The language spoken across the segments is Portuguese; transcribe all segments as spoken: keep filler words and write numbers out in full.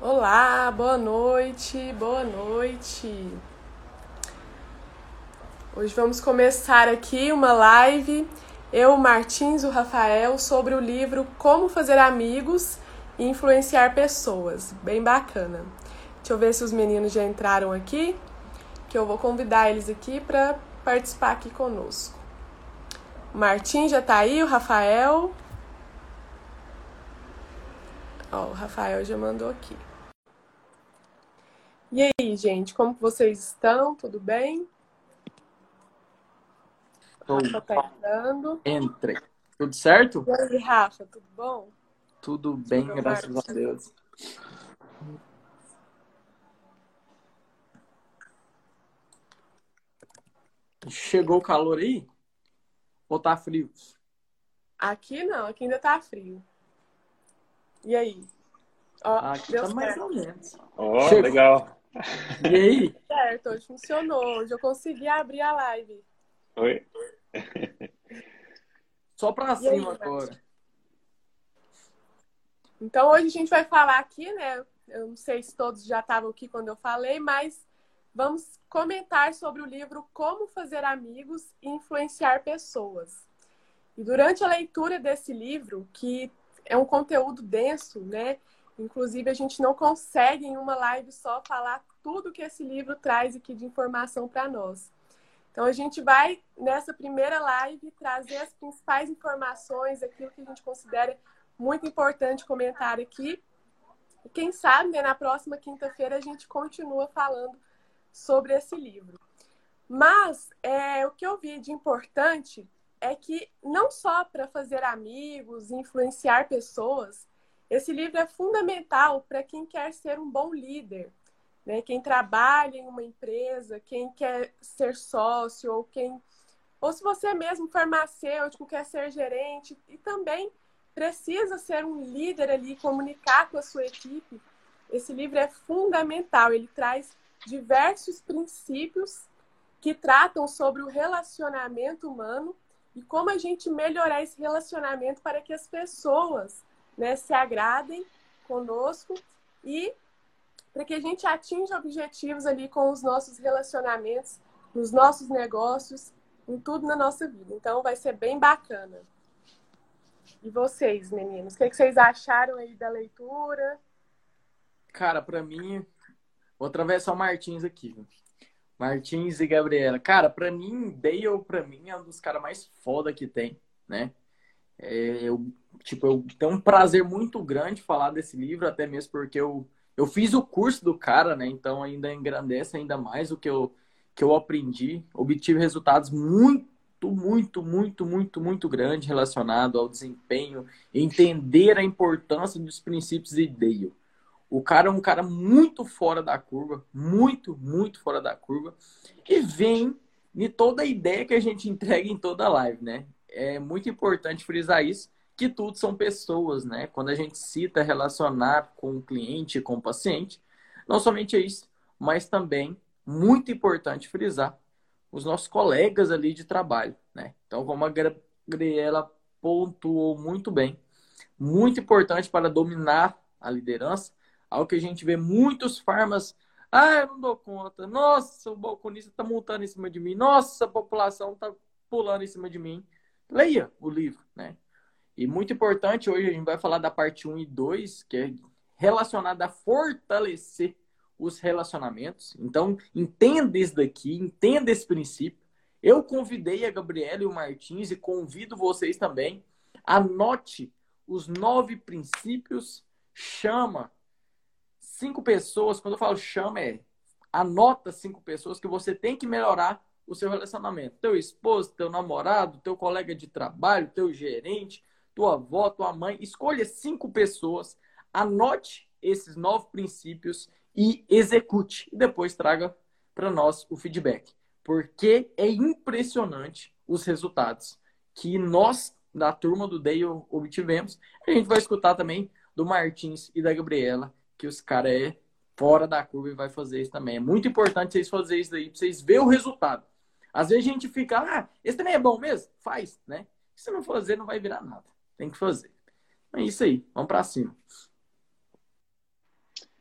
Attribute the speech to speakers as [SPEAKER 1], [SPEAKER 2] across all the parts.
[SPEAKER 1] Olá, boa noite, boa noite. Hoje vamos começar aqui uma live, eu, o Martins, o Rafael, sobre o livro Como Fazer Amigos e Influenciar Pessoas. Bem bacana. Deixa eu ver se os meninos já entraram aqui, que eu vou convidar eles aqui para participar aqui conosco. O Martins já tá aí, o Rafael. Ó, o Rafael já mandou aqui. E aí, gente, como vocês estão? Tudo bem?
[SPEAKER 2] Tô...
[SPEAKER 1] Rafa tá entrando.
[SPEAKER 2] Entre. Tudo certo?
[SPEAKER 1] E aí, Rafa, tudo bom?
[SPEAKER 2] Tudo bem,
[SPEAKER 1] Tudo
[SPEAKER 2] graças
[SPEAKER 1] bem.
[SPEAKER 2] a Deus. Chegou o calor aí? Ou tá frio?
[SPEAKER 1] Aqui não, aqui ainda tá frio. E aí? Ó,
[SPEAKER 2] Aqui
[SPEAKER 1] deu
[SPEAKER 2] tá mais
[SPEAKER 1] certo.
[SPEAKER 2] ou menos.
[SPEAKER 3] Oh,
[SPEAKER 2] Chegou.
[SPEAKER 3] legal.
[SPEAKER 2] E aí?
[SPEAKER 1] Deu certo, hoje funcionou. Hoje eu consegui abrir a live.
[SPEAKER 3] Oi?
[SPEAKER 2] Só pra
[SPEAKER 1] E aí,
[SPEAKER 2] cima
[SPEAKER 1] Marcos?
[SPEAKER 2] agora.
[SPEAKER 1] Então hoje a gente vai falar aqui, né? Eu não sei se todos já estavam aqui quando eu falei, mas vamos comentar sobre o livro Como Fazer Amigos e Influenciar Pessoas. E durante a leitura desse livro, que é um conteúdo denso, né? Inclusive, a gente não consegue em uma live só falar tudo que esse livro traz aqui de informação para nós. Então, a gente vai, nessa primeira live, trazer as principais informações, aquilo que a gente considera muito importante comentar aqui. E quem sabe, né, na próxima quinta-feira, a gente continua falando sobre esse livro. Mas é, o que eu vi de importante é que não só para fazer amigos, influenciar pessoas, esse livro é fundamental para quem quer ser um bom líder, né? Quem trabalha em uma empresa, quem quer ser sócio, ou quem, ou se você é mesmo farmacêutico, quer ser gerente e também precisa ser um líder ali, comunicar com a sua equipe. Esse livro é fundamental, ele traz diversos princípios que tratam sobre o relacionamento humano e como a gente melhorar esse relacionamento para que as pessoas, né, se agradem conosco e para que a gente atinja objetivos ali com os nossos relacionamentos, nos nossos negócios, em tudo na nossa vida. Então vai ser bem bacana. E vocês, meninos, o que vocês acharam aí da leitura?
[SPEAKER 2] Cara, pra mim... Vou atravessar o Martins aqui. Martins e Gabriela. Cara, pra mim, Dale, pra mim, é um dos caras mais foda que tem, né? É, eu, tipo, eu tenho um prazer muito grande falar desse livro, até mesmo porque eu, eu fiz o curso do cara, né? Então ainda engrandece ainda mais o que eu, que eu aprendi. Obtive resultados muito, muito, muito, muito, muito grandes relacionados ao desempenho, entender a importância dos princípios de Dale. O cara é um cara muito fora da curva, muito, muito fora da curva, e vem de toda a ideia que a gente entrega em toda a live, né? É muito importante frisar isso, que tudo são pessoas, né? Quando a gente cita relacionar com o cliente, com o paciente, não somente é isso, mas também, muito importante frisar, os nossos colegas ali de trabalho, né? Então, como a Gabriela pontuou muito bem, muito importante para dominar a liderança, algo que a gente vê muitos farmas, ah, eu não dou conta, nossa, o balconista está montando em cima de mim, nossa, a população está pulando em cima de mim. Leia o livro, né? E muito importante, hoje a gente vai falar da parte um e dois, que é relacionada a fortalecer os relacionamentos. Então, entenda isso daqui, entenda esse princípio. Eu convidei a Gabriela e o Martins e convido vocês também. Anote os nove princípios, chama cinco pessoas. Quando eu falo chama, é anota cinco pessoas que você tem que melhorar o seu relacionamento. Teu esposo, teu namorado, teu colega de trabalho, teu gerente, tua avó, tua mãe. Escolha cinco pessoas, anote esses nove princípios e execute. E depois traga para nós o feedback. Porque é impressionante os resultados que nós, da turma do Dale, obtivemos. A gente vai escutar também do Martins e da Gabriela, que os caras é fora da curva e vai fazer isso também. É muito importante vocês fazerem isso aí, para vocês verem o resultado. Às vezes a gente fica, ah, esse também é bom mesmo? Faz, né? Se não fazer, não vai virar nada. Tem que fazer. É isso aí. Vamos para cima.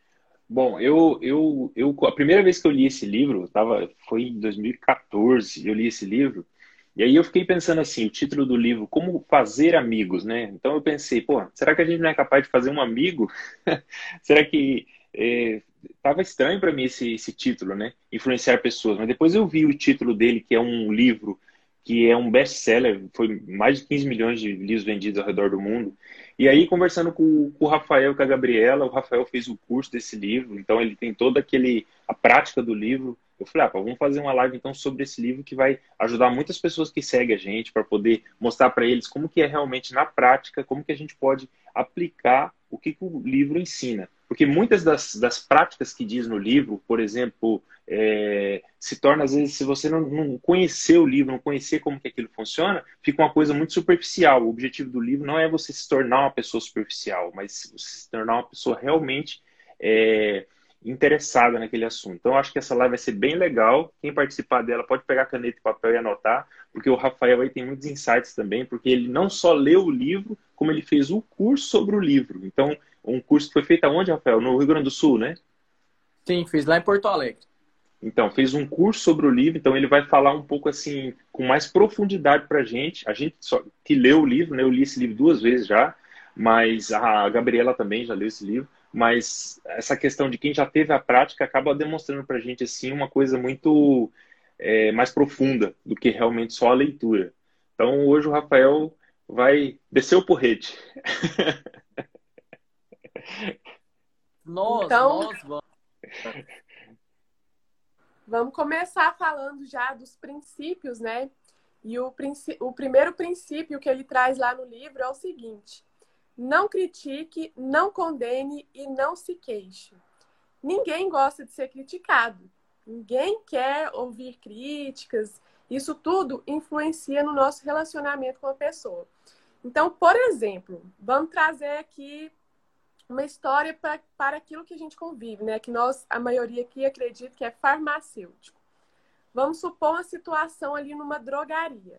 [SPEAKER 3] Bom, eu, eu, eu, a primeira vez que eu li esse livro, tava, foi em dois mil e quatorze, eu li esse livro, e aí eu fiquei pensando assim, o título do livro, Como Fazer Amigos, né? Então eu pensei, pô, será que a gente não é capaz de fazer um amigo? Será que é, tava estranho para mim esse, esse título, né? Influenciar pessoas, mas depois eu vi o título dele, que é um livro que é um best-seller, foi mais de quinze milhões de livros vendidos ao redor do mundo. E aí, conversando com, com o Rafael e com a Gabriela, o Rafael fez o curso desse livro, então ele tem toda aquele, a prática do livro. Eu falei, ah, pá, vamos fazer uma live então sobre esse livro que vai ajudar muitas pessoas que seguem a gente para poder mostrar para eles como que é realmente na prática, como que a gente pode aplicar o que, que o livro ensina. Porque muitas das, das práticas que diz no livro, por exemplo, é, se torna, às vezes, se você não, não conhecer o livro, não conhecer como que aquilo funciona, fica uma coisa muito superficial. O objetivo do livro não é você se tornar uma pessoa superficial, mas você se tornar uma pessoa realmente é, interessada naquele assunto. Então, eu acho que essa live vai ser bem legal. Quem participar dela pode pegar caneta e papel e anotar, porque o Rafael aí tem muitos insights também, porque ele não só leu o livro, como ele fez um curso sobre o livro. Então, um curso que foi feito aonde, Rafael? No Rio Grande do Sul, né?
[SPEAKER 2] Sim, fiz lá em Porto Alegre.
[SPEAKER 3] Então, fez um curso sobre o livro, então ele vai falar um pouco assim, com mais profundidade para a gente. A gente só que leu o livro, né? Eu li esse livro duas vezes já, mas a Gabriela também já leu esse livro. Mas essa questão de quem já teve a prática acaba demonstrando para a gente assim, uma coisa muito é, mais profunda do que realmente só a leitura. Então, hoje o Rafael vai descer o porrete.
[SPEAKER 2] Nós,
[SPEAKER 1] Então,
[SPEAKER 2] nós vamos.
[SPEAKER 1] vamos começar falando já dos princípios, né? E o, princi... o primeiro princípio que ele traz lá no livro é o seguinte: não critique, não condene e não se queixe. Ninguém gosta de ser criticado. Ninguém quer ouvir críticas. Isso tudo influencia no nosso relacionamento com a pessoa. Então, por exemplo, vamos trazer aqui uma história pra, para aquilo que a gente convive, né? Que nós, a maioria aqui, acredita que é farmacêutico. Vamos supor uma situação ali numa drogaria.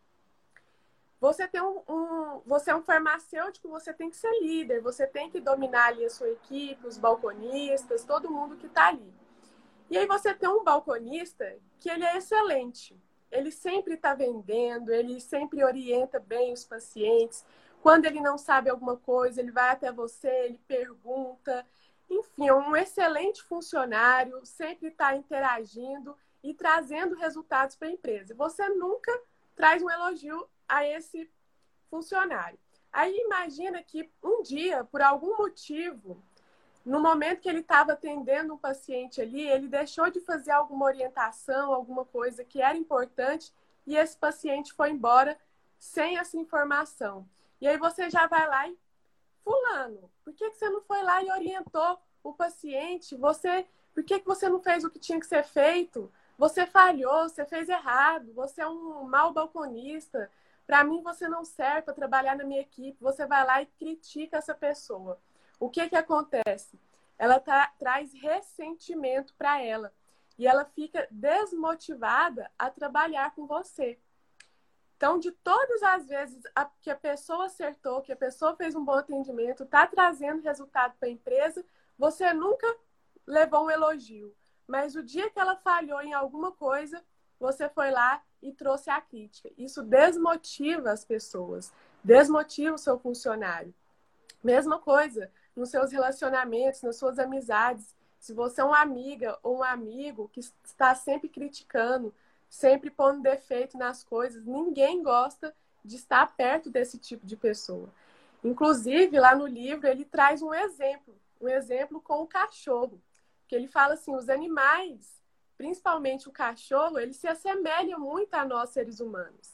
[SPEAKER 1] Você, tem um, um, você é um farmacêutico, você tem que ser líder, você tem que dominar ali a sua equipe, os balconistas, todo mundo que está ali. E aí você tem um balconista que ele é excelente. Ele sempre está vendendo, ele sempre orienta bem os pacientes. Quando ele não sabe alguma coisa, ele vai até você, ele pergunta. Enfim, é um excelente funcionário, sempre está interagindo e trazendo resultados para a empresa. Você nunca traz um elogio a esse funcionário. Aí imagina que um dia, por algum motivo, no momento que ele estava atendendo um paciente ali, ele deixou de fazer alguma orientação, alguma coisa que era importante, e esse paciente foi embora sem essa informação. E aí você já vai lá e, fulano, por que, que você não foi lá e orientou o paciente? Você, por que, que você não fez o que tinha que ser feito? Você falhou, você fez errado, você é um mau balconista. Para mim, você não serve para trabalhar na minha equipe. Você vai lá e critica essa pessoa. O que que acontece? Ela tá, traz ressentimento para ela. E ela fica desmotivada a trabalhar com você. Então, de todas as vezes que a pessoa acertou, que a pessoa fez um bom atendimento, está trazendo resultado para a empresa, você nunca levou um elogio. Mas o dia que ela falhou em alguma coisa, você foi lá e trouxe a crítica. Isso desmotiva as pessoas, desmotiva o seu funcionário. Mesma coisa nos seus relacionamentos, nas suas amizades. Se você é uma amiga ou um amigo que está sempre criticando, sempre pondo defeito nas coisas, ninguém gosta de estar perto desse tipo de pessoa. Inclusive, lá no livro, ele traz um exemplo, um exemplo com o cachorro, que ele fala assim, os animais, principalmente o cachorro, ele se assemelha muito a nós, seres humanos.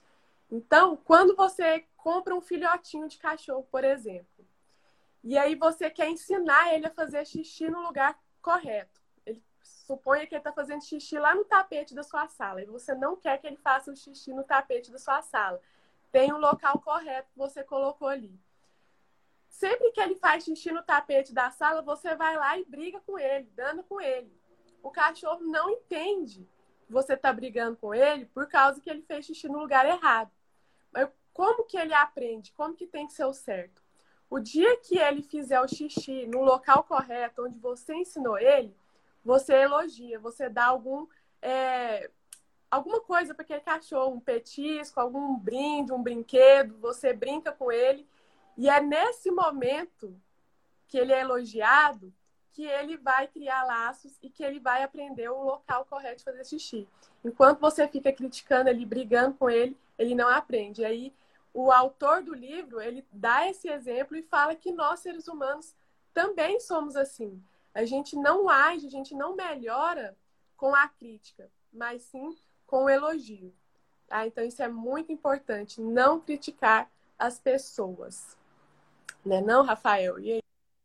[SPEAKER 1] Então, quando você compra um filhotinho de cachorro, por exemplo, e aí você quer ensinar ele a fazer xixi no lugar correto. Ele suponha que ele está fazendo xixi lá no tapete da sua sala, e você não quer que ele faça o xixi no tapete da sua sala. Tem um local correto que você colocou ali. Sempre que ele faz xixi no tapete da sala, você vai lá e briga com ele, dando com ele. O cachorro não entende que você está brigando com ele por causa que ele fez xixi no lugar errado. Mas como que ele aprende? Como que tem que ser o certo? O dia que ele fizer o xixi no local correto, onde você ensinou ele, você elogia, você dá algum, é, alguma coisa para aquele cachorro, um petisco, algum brinde, um brinquedo, você brinca com ele. E é nesse momento que ele é elogiado que ele vai criar laços e que ele vai aprender o local correto de fazer xixi. Enquanto você fica criticando ele, brigando com ele, ele não aprende. E aí, o autor do livro, ele dá esse exemplo e fala que nós, seres humanos, também somos assim. A gente não age, a gente não melhora com a crítica, mas sim com o elogio. Tá? Então, isso é muito importante, não criticar as pessoas. Né não, Rafael? E aí?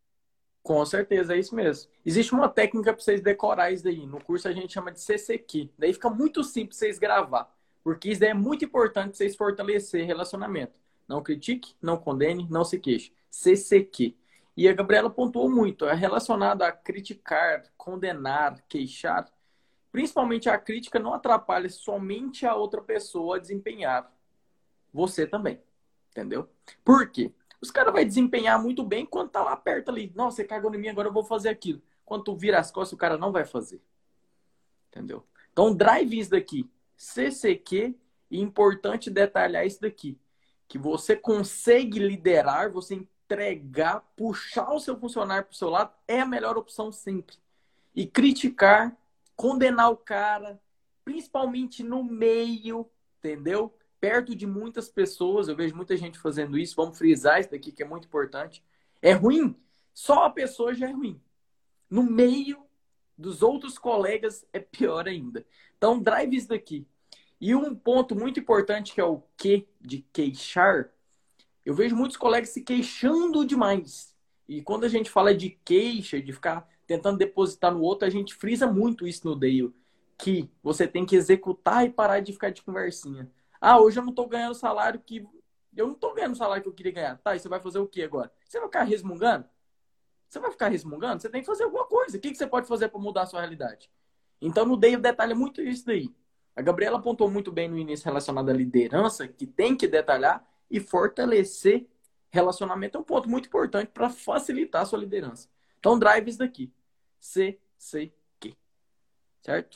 [SPEAKER 2] Com certeza, é isso mesmo. Existe uma técnica para vocês decorar isso daí. No curso a gente chama de C C Q. Daí fica muito simples vocês gravar. Porque isso daí é muito importante para vocês fortalecer relacionamento. Não critique, não condene, não se queixe. C C Q. E a Gabriela pontuou muito. É relacionado a criticar, condenar, queixar. Principalmente a crítica não atrapalha somente a outra pessoa a desempenhar. Você também. Entendeu? Por quê? Os caras vão desempenhar muito bem quando tá lá perto ali. Nossa, você cagou em mim, agora eu vou fazer aquilo. Quando tu vira as costas, o cara não vai fazer. Entendeu? Então, drive isso daqui. C C Q, e importante detalhar isso daqui. Que você consegue liderar, você entregar, puxar o seu funcionário pro seu lado, é a melhor opção sempre. E criticar, condenar o cara, principalmente no meio, entendeu? Perto de muitas pessoas, eu vejo muita gente fazendo isso, vamos frisar isso daqui que é muito importante. É ruim? Só a pessoa já é ruim. No meio dos outros colegas é pior ainda. Então, drive isso daqui. E um ponto muito importante que é o Q de queixar, eu vejo muitos colegas se queixando demais. E quando a gente fala de queixa, de ficar tentando depositar no outro, a gente frisa muito isso no Dale, que você tem que executar e parar de ficar de conversinha. Ah, hoje eu não tô ganhando o salário que... Eu não tô ganhando o salário que eu queria ganhar. Tá, e você vai fazer o que agora? Você vai ficar resmungando? Você vai ficar resmungando? Você tem que fazer alguma coisa. O que você pode fazer para mudar a sua realidade? Então, no Dale detalha muito isso daí. A Gabriela apontou muito bem no início relacionado à liderança, que tem que detalhar e fortalecer relacionamento. É um ponto muito importante para facilitar a sua liderança. Então, drive isso daqui. C C Q. Certo?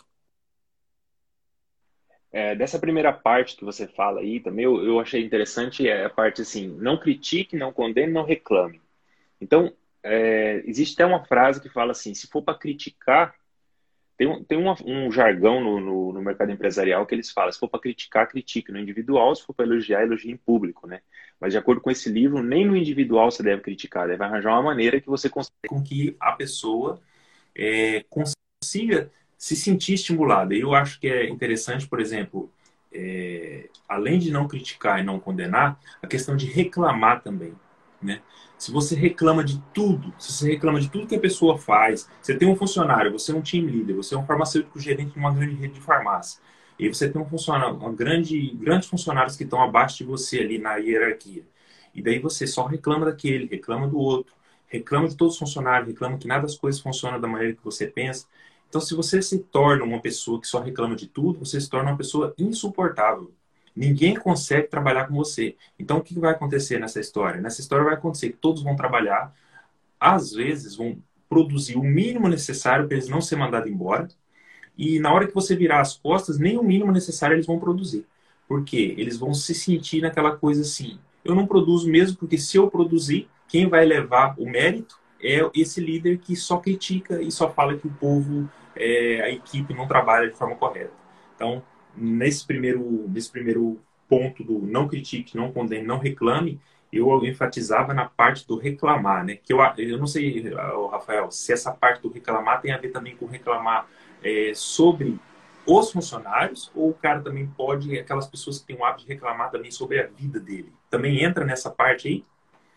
[SPEAKER 3] É, dessa primeira parte que você fala aí, também eu, eu achei interessante é a parte assim, não critique, não condene, não reclame. Então, é, existe até uma frase que fala assim, se for para criticar, tem, um, tem uma, um jargão no, no, no mercado empresarial que eles falam, se for para criticar, critique no individual, se for para elogiar, elogie em público, né? Mas de acordo com esse livro, nem no individual você deve criticar, deve arranjar uma maneira que você consiga com que a pessoa é, consiga se sentir estimulada. Eu acho que é interessante, por exemplo, é, além de não criticar e não condenar, a questão de reclamar também, né? Se você reclama de tudo, se você reclama de tudo que a pessoa faz, você tem um funcionário, você é um team leader, você é um farmacêutico gerente de uma grande rede de farmácia, e você tem um funcionário, uma grande, grandes funcionários que estão abaixo de você ali na hierarquia, e daí você só reclama daquele, reclama do outro, reclama de todos os funcionários, reclama que nada das coisas funcionam da maneira que você pensa. Então, se você se torna uma pessoa que só reclama de tudo, você se torna uma pessoa insuportável. Ninguém consegue trabalhar com você. Então, o que vai acontecer nessa história? Nessa história vai acontecer que todos vão trabalhar, às vezes vão produzir o mínimo necessário para eles não ser mandados embora, e na hora que você virar as costas, nem o mínimo necessário eles vão produzir. Por quê? Eles vão se sentir naquela coisa assim, eu não produzo mesmo, porque se eu produzir, quem vai levar o mérito é esse líder que só critica e só fala que o povo, é, a equipe não trabalha de forma correta. Então, nesse primeiro, nesse primeiro ponto do não critique, não condene, não reclame, eu enfatizava na parte do reclamar, né? Que eu, eu não sei, Rafael, se essa parte do reclamar tem a ver também com reclamar é, sobre os funcionários, ou o cara também pode, aquelas pessoas que têm o hábito de reclamar também sobre a vida dele. Também entra nessa parte aí?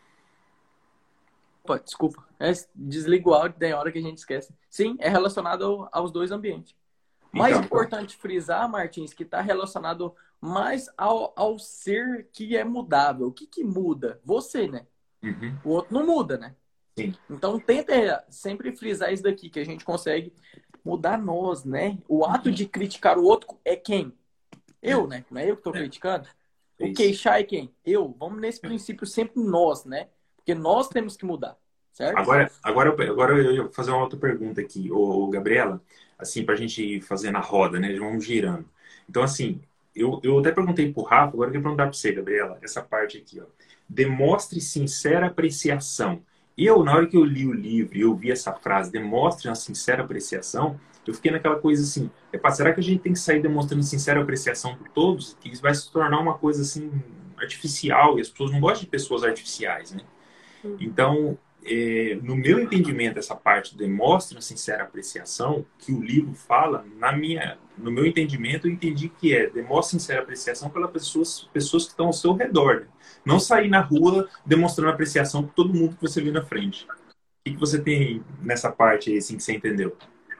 [SPEAKER 2] Opa, desculpa. É, desliga o áudio, tem hora que a gente esquece. Sim, é relacionado ao, aos dois ambientes. Mais então, importante frisar, Martins, que está relacionado mais ao, ao ser que é mudável. O que, que muda? Você, né?
[SPEAKER 3] Uhum.
[SPEAKER 2] O outro não muda, né?
[SPEAKER 3] Sim.
[SPEAKER 2] Então, tenta sempre frisar isso daqui, que a gente consegue mudar nós, né? O ato uhum. de criticar o outro é quem? Eu, né? Não é eu que estou é. criticando. O queixar é quem? Eu. Vamos nesse princípio sempre nós, né? Porque nós temos que mudar, certo?
[SPEAKER 3] Agora, agora, eu- agora eu ia fazer uma outra pergunta aqui, ô, ô, Gabriela, assim, pra gente ir fazendo a roda, né? Vamos girando. Então, assim, eu, eu até perguntei pro Rafa, agora eu quero perguntar pra você, Gabriela, essa parte aqui, ó. Demonstre sincera apreciação. Eu, na hora que eu li o livro e eu vi essa frase, demonstre uma sincera apreciação, eu fiquei naquela coisa assim, epa, será que a gente tem que sair demonstrando sincera apreciação por todos? Que isso vai se tornar uma coisa, assim, artificial, e as pessoas não gostam de pessoas artificiais, né? Então, é, no meu entendimento, essa parte demonstra sincera apreciação que o livro fala, na minha, no meu entendimento, eu entendi que é demonstra sincera apreciação pelas pessoas, pessoas que estão ao seu redor. Né? Não sair na rua demonstrando apreciação por todo mundo que você vê na frente. O que, que você tem nessa parte aí, assim, que você entendeu?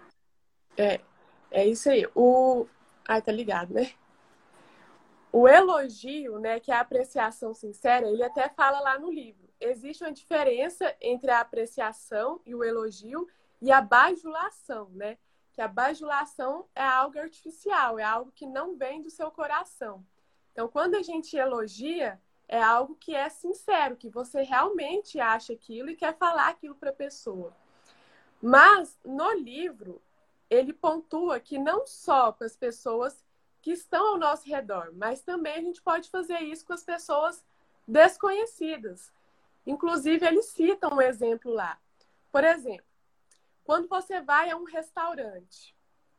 [SPEAKER 1] É, é isso aí. O... Ai, tá ligado, né? O elogio, né, que é a apreciação sincera, ele até fala lá no livro. Existe uma diferença entre a apreciação e o elogio e a bajulação, né? Que a bajulação é algo artificial, é algo que não vem do seu coração. Então, quando a gente elogia, é algo que é sincero, que você realmente acha aquilo e quer falar aquilo para a pessoa. Mas, no livro, ele pontua que não só para as pessoas que estão ao nosso redor, mas também a gente pode fazer isso com as pessoas desconhecidas. Inclusive, ele cita um exemplo lá. Por exemplo, quando você vai a um restaurante,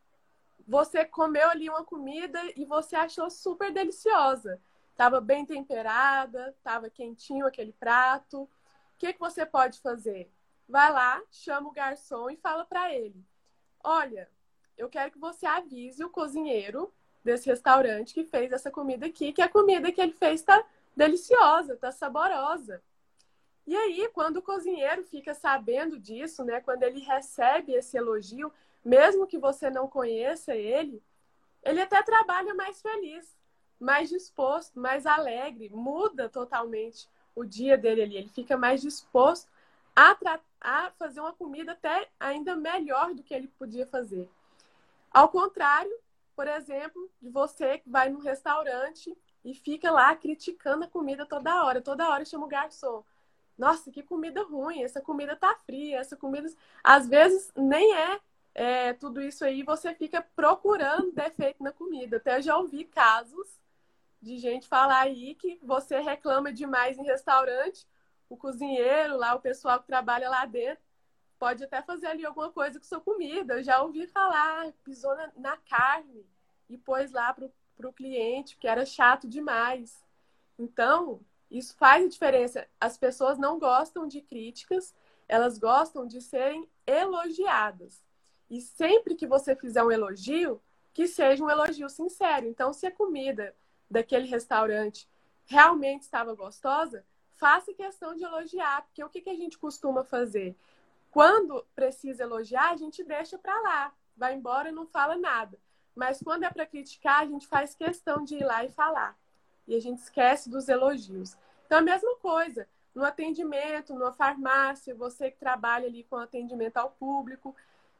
[SPEAKER 1] você comeu ali uma comida e você achou super deliciosa. Estava bem temperada, estava quentinho aquele prato. O que, que você pode fazer? Vai lá, chama o garçom e fala para ele: olha, eu quero que você avise o cozinheiro desse restaurante que fez essa comida aqui, que a comida que ele fez está deliciosa, está saborosa. E aí, quando o cozinheiro fica sabendo disso, né, quando ele recebe esse elogio, mesmo que você não conheça ele, ele até trabalha mais feliz, mais disposto, mais alegre, muda totalmente o dia dele ali. Ele fica mais disposto a, a fazer uma comida até ainda melhor do que ele podia fazer. Ao contrário, por exemplo, de você que vai num restaurante e fica lá criticando a comida toda hora. Toda hora chama o garçom. Nossa, que comida ruim, essa comida tá fria, essa comida... Às vezes nem é, é tudo isso aí, você fica procurando defeito na comida. Até já ouvi casos de gente falar aí que você reclama demais em restaurante, o cozinheiro lá, o pessoal que trabalha lá dentro, pode até fazer ali alguma coisa com sua comida. Eu já ouvi falar, pisou na, na carne e pôs lá pro, pro cliente, que era chato demais. Então, isso faz a diferença. As pessoas não gostam de críticas, elas gostam de serem elogiadas. E sempre que você fizer um elogio, que seja um elogio sincero. Então, se a comida daquele restaurante realmente estava gostosa, faça questão de elogiar. Porque o que, que a gente costuma fazer? Quando precisa elogiar, a gente deixa para lá. Vai embora e não fala nada. Mas quando é para criticar, a gente faz questão de ir lá e falar. E a gente esquece dos elogios. Então, a mesma coisa. No atendimento, numa farmácia, você que trabalha ali com atendimento ao público,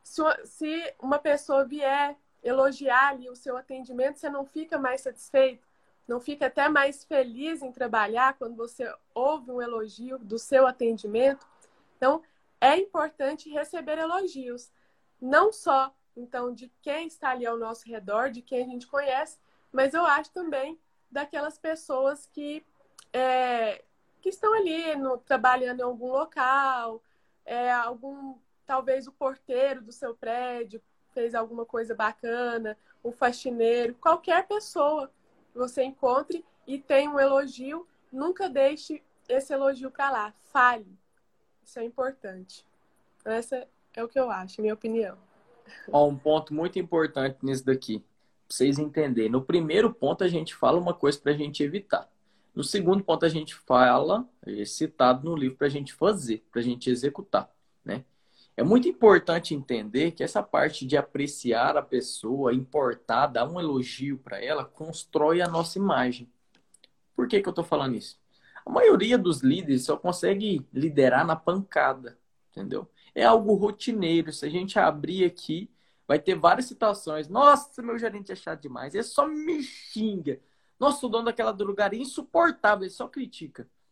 [SPEAKER 1] se uma pessoa vier elogiar ali o seu atendimento, você não fica mais satisfeito? Não fica até mais feliz em trabalhar quando você ouve um elogio do seu atendimento? Então, é importante receber elogios. Não só, então, de quem está ali ao nosso redor, de quem a gente conhece, mas eu acho também daquelas pessoas que, é, que estão ali no, trabalhando em algum local, é, algum, talvez o porteiro do seu prédio fez alguma coisa bacana, o faxineiro, qualquer pessoa que você encontre e tem um elogio, nunca deixe esse elogio para lá, fale. Isso é importante. Essa é o que eu acho, minha opinião.
[SPEAKER 2] Ó, um ponto muito importante nisso daqui, pra vocês entenderem. No primeiro ponto, a gente fala uma coisa pra gente evitar. No segundo ponto, a gente fala, é citado no livro, pra gente fazer, pra gente executar, né? É muito importante entender que essa parte de apreciar a pessoa, importar, dar um elogio para ela, constrói a nossa imagem. Por que que eu tô falando isso? A maioria dos líderes só consegue liderar na pancada, entendeu? É algo rotineiro. Se a gente abrir aqui, vai ter várias situações. Nossa, meu gerente é chato demais. Ele só me xinga. Nossa, o dono daquela drogaria é insuportável. Ele só critica.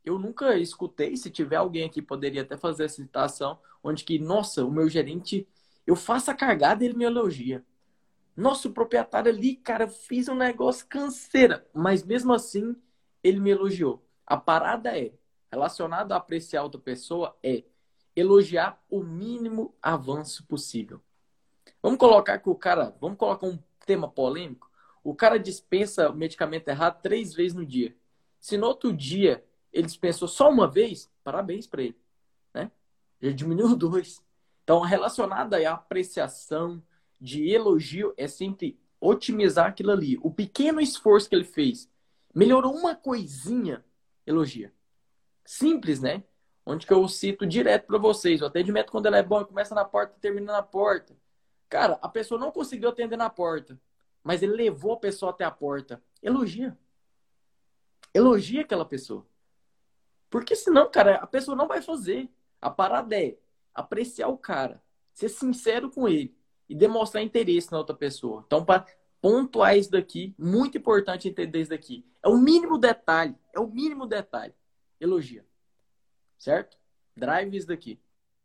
[SPEAKER 2] eu nunca escutei, se tiver alguém aqui poderia até fazer essa citação, onde que, nossa, o meu gerente, eu faço a cargada e ele me elogia. Nosso proprietário ali, cara, eu fiz um negócio canseira, mas mesmo assim ele me elogiou. A parada é, relacionado a apreciar outra pessoa, é elogiar o mínimo avanço possível. Vamos colocar que o cara, vamos colocar um tema polêmico, o cara dispensa o medicamento errado três vezes no dia. Se no outro dia ele dispensou só uma vez, parabéns para ele, né? Já diminuiu dois. Então, relacionada à apreciação, de elogio, é sempre otimizar aquilo ali. O pequeno esforço que ele fez, melhorou uma coisinha, elogia. Simples, né? Onde que eu cito direto para vocês. O atendimento, quando ele é bom, começa na porta e termina na porta. Cara, a pessoa não conseguiu atender na porta, mas ele levou a pessoa até a porta. Elogia. Elogia aquela pessoa. Porque senão, cara, a pessoa não vai fazer. A parada é apreciar o cara, ser sincero com ele e demonstrar interesse na outra pessoa. Então, para pontuar isso daqui, muito importante entender isso daqui. É o mínimo detalhe. É o mínimo detalhe. Elogia. Certo? Drive isso daqui.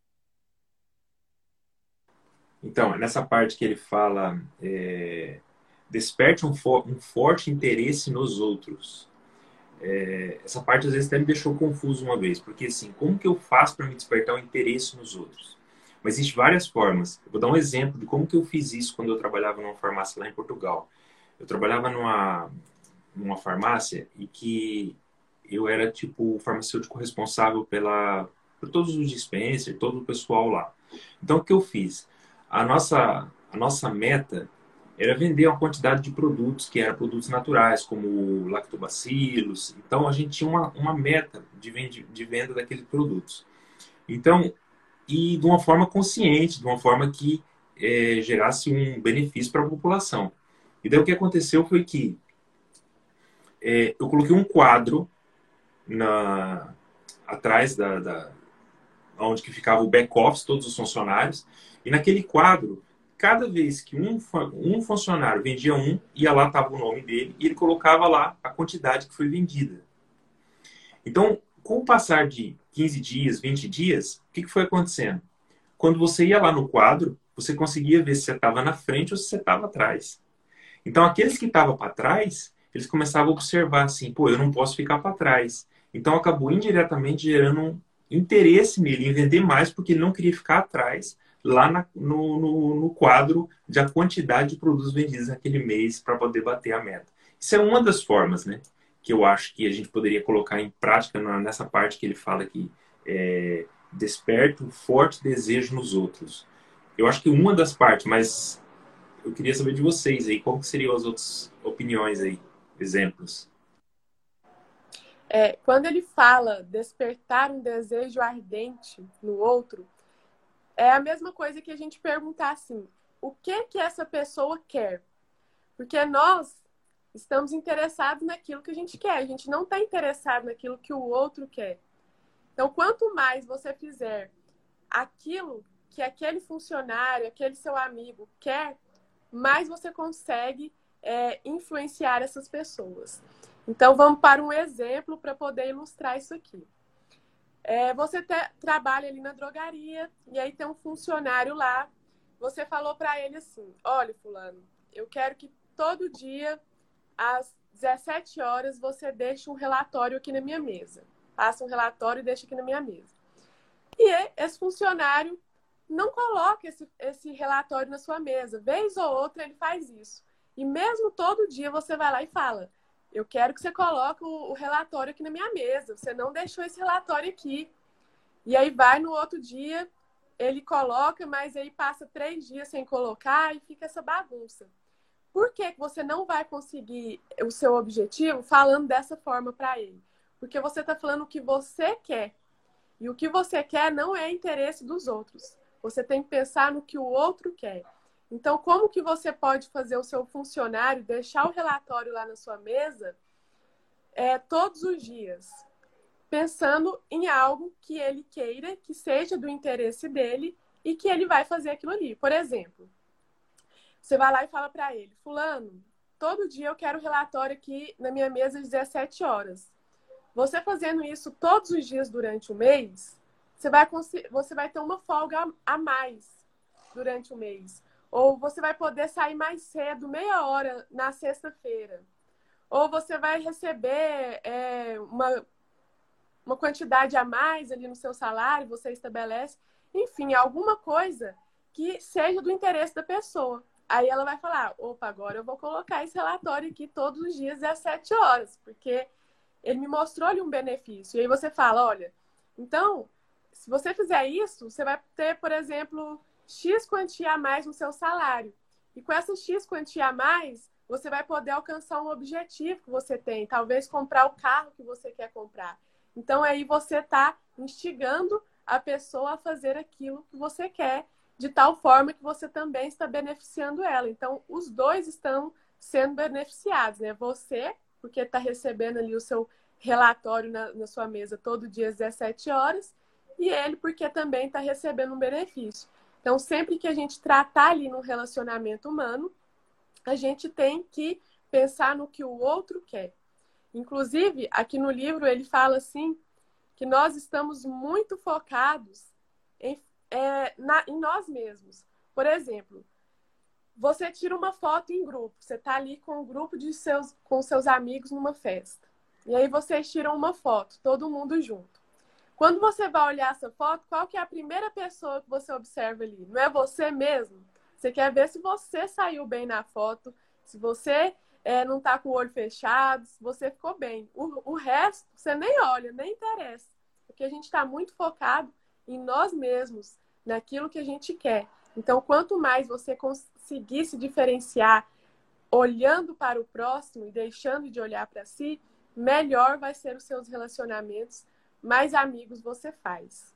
[SPEAKER 4] Então, nessa parte que ele fala, é, desperte um, fo um forte interesse nos outros. É, essa parte às vezes até me deixou confuso uma vez, porque assim, como que eu faço para me despertar um interesse nos outros? Mas existem várias formas. Eu vou dar um exemplo de como que eu fiz isso quando eu trabalhava numa farmácia lá em Portugal. Eu trabalhava numa, numa farmácia e que eu era tipo o farmacêutico responsável pela, por todos os dispensers, todo o pessoal lá. Então o que eu fiz? A nossa, a nossa meta era vender uma quantidade de produtos que eram produtos naturais, como lactobacilos. Então, a gente tinha uma, uma meta de venda, de venda daqueles produtos. Então, e de uma forma consciente, de uma forma que é, gerasse um benefício para a população. E daí o que aconteceu foi que é, eu coloquei um quadro na, atrás da, da onde que ficava o back-office, todos os funcionários, e naquele quadro, cada vez que um, um funcionário vendia um, ia lá, estava o nome dele, e ele colocava lá a quantidade que foi vendida. Então, com o passar de quinze dias, vinte dias, o que, que foi acontecendo? Quando você ia lá no quadro, você conseguia ver se você estava na frente ou se você estava atrás. Então, aqueles que estavam para trás, eles começavam a observar assim, pô, eu não posso ficar para trás. Então, acabou indiretamente gerando um interesse nele em vender mais, porque ele não queria ficar atrás, lá na, no, no, no quadro de a quantidade de produtos vendidos naquele mês para poder bater a meta. Isso é uma das formas, né, que eu acho que a gente poderia colocar em prática nessa parte que ele fala que é, desperta um forte desejo nos outros. Eu acho que uma das partes, mas eu queria saber de vocês aí, qual que seriam as outras opiniões aí, exemplos?
[SPEAKER 1] É, quando ele fala despertar um desejo ardente no outro, é a mesma coisa que a gente perguntar assim, o que que essa pessoa quer? Porque nós estamos interessados naquilo que a gente quer, a gente não está interessado naquilo que o outro quer. Então, quanto mais você fizer aquilo que aquele funcionário, aquele seu amigo quer, mais você consegue é, influenciar essas pessoas. Então, vamos para um exemplo para poder ilustrar isso aqui. É, você te, trabalha ali na drogaria e aí tem um funcionário lá. Você falou para ele assim, olha, fulano, eu quero que todo dia, às dezessete horas, você deixe um relatório aqui na minha mesa. Faça um relatório e deixe aqui na minha mesa. E esse funcionário não coloca esse, esse relatório na sua mesa. Vez ou outra ele faz isso. E mesmo todo dia você vai lá e fala, eu quero que você coloque o, o relatório aqui na minha mesa. Você não deixou esse relatório aqui. E aí vai no outro dia, ele coloca, mas aí passa três dias sem colocar e fica essa bagunça. Por que você não vai conseguir o seu objetivo falando dessa forma para ele? Porque você está falando o que você quer. E o que você quer não é interesse dos outros. Você tem que pensar no que o outro quer. Então, como que você pode fazer o seu funcionário deixar o relatório lá na sua mesa é, todos os dias? Pensando em algo que ele queira, que seja do interesse dele e que ele vai fazer aquilo ali. Por exemplo, você vai lá e fala para ele, fulano, todo dia eu quero relatório aqui na minha mesa às dezessete horas. Você fazendo isso todos os dias durante o mês, você vai, você vai ter uma folga a mais durante o mês. Ou você vai poder sair mais cedo, meia hora na sexta-feira. Ou você vai receber é, uma, uma quantidade a mais ali no seu salário, você estabelece. Enfim, alguma coisa que seja do interesse da pessoa. Aí ela vai falar, opa, agora eu vou colocar esse relatório aqui todos os dias às sete horas, porque ele me mostrou ali um benefício. E aí você fala, olha, então, se você fizer isso, você vai ter, por exemplo, X quantia a mais no seu salário. E com essa X quantia a mais, você vai poder alcançar um objetivo que você tem. Talvez comprar o carro que você quer comprar. Então, aí você está instigando a pessoa a fazer aquilo que você quer, de tal forma que você também está beneficiando ela. Então, os dois estão sendo beneficiados, né? Você, porque está recebendo ali o seu relatório na, na sua mesa todo dia às dezessete horas, e ele, porque também está recebendo um benefício. Então, sempre que a gente tratar ali num relacionamento humano, a gente tem que pensar no que o outro quer. Inclusive, aqui no livro ele fala assim, que nós estamos muito focados em, é, na, em nós mesmos. Por exemplo, você tira uma foto em grupo, você está ali com um grupo de seus, com seus amigos numa festa. E aí vocês tiram uma foto, todo mundo junto. Quando você vai olhar essa foto, qual que é a primeira pessoa que você observa ali? Não é você mesmo? Você quer ver se você saiu bem na foto, se você é, não está com o olho fechado, se você ficou bem. O, o resto, você nem olha, nem interessa. Porque a gente está muito focado em nós mesmos, naquilo que a gente quer. Então, quanto mais você conseguir se diferenciar olhando para o próximo e deixando de olhar para si, melhor vai ser os seus relacionamentos, mais amigos você faz.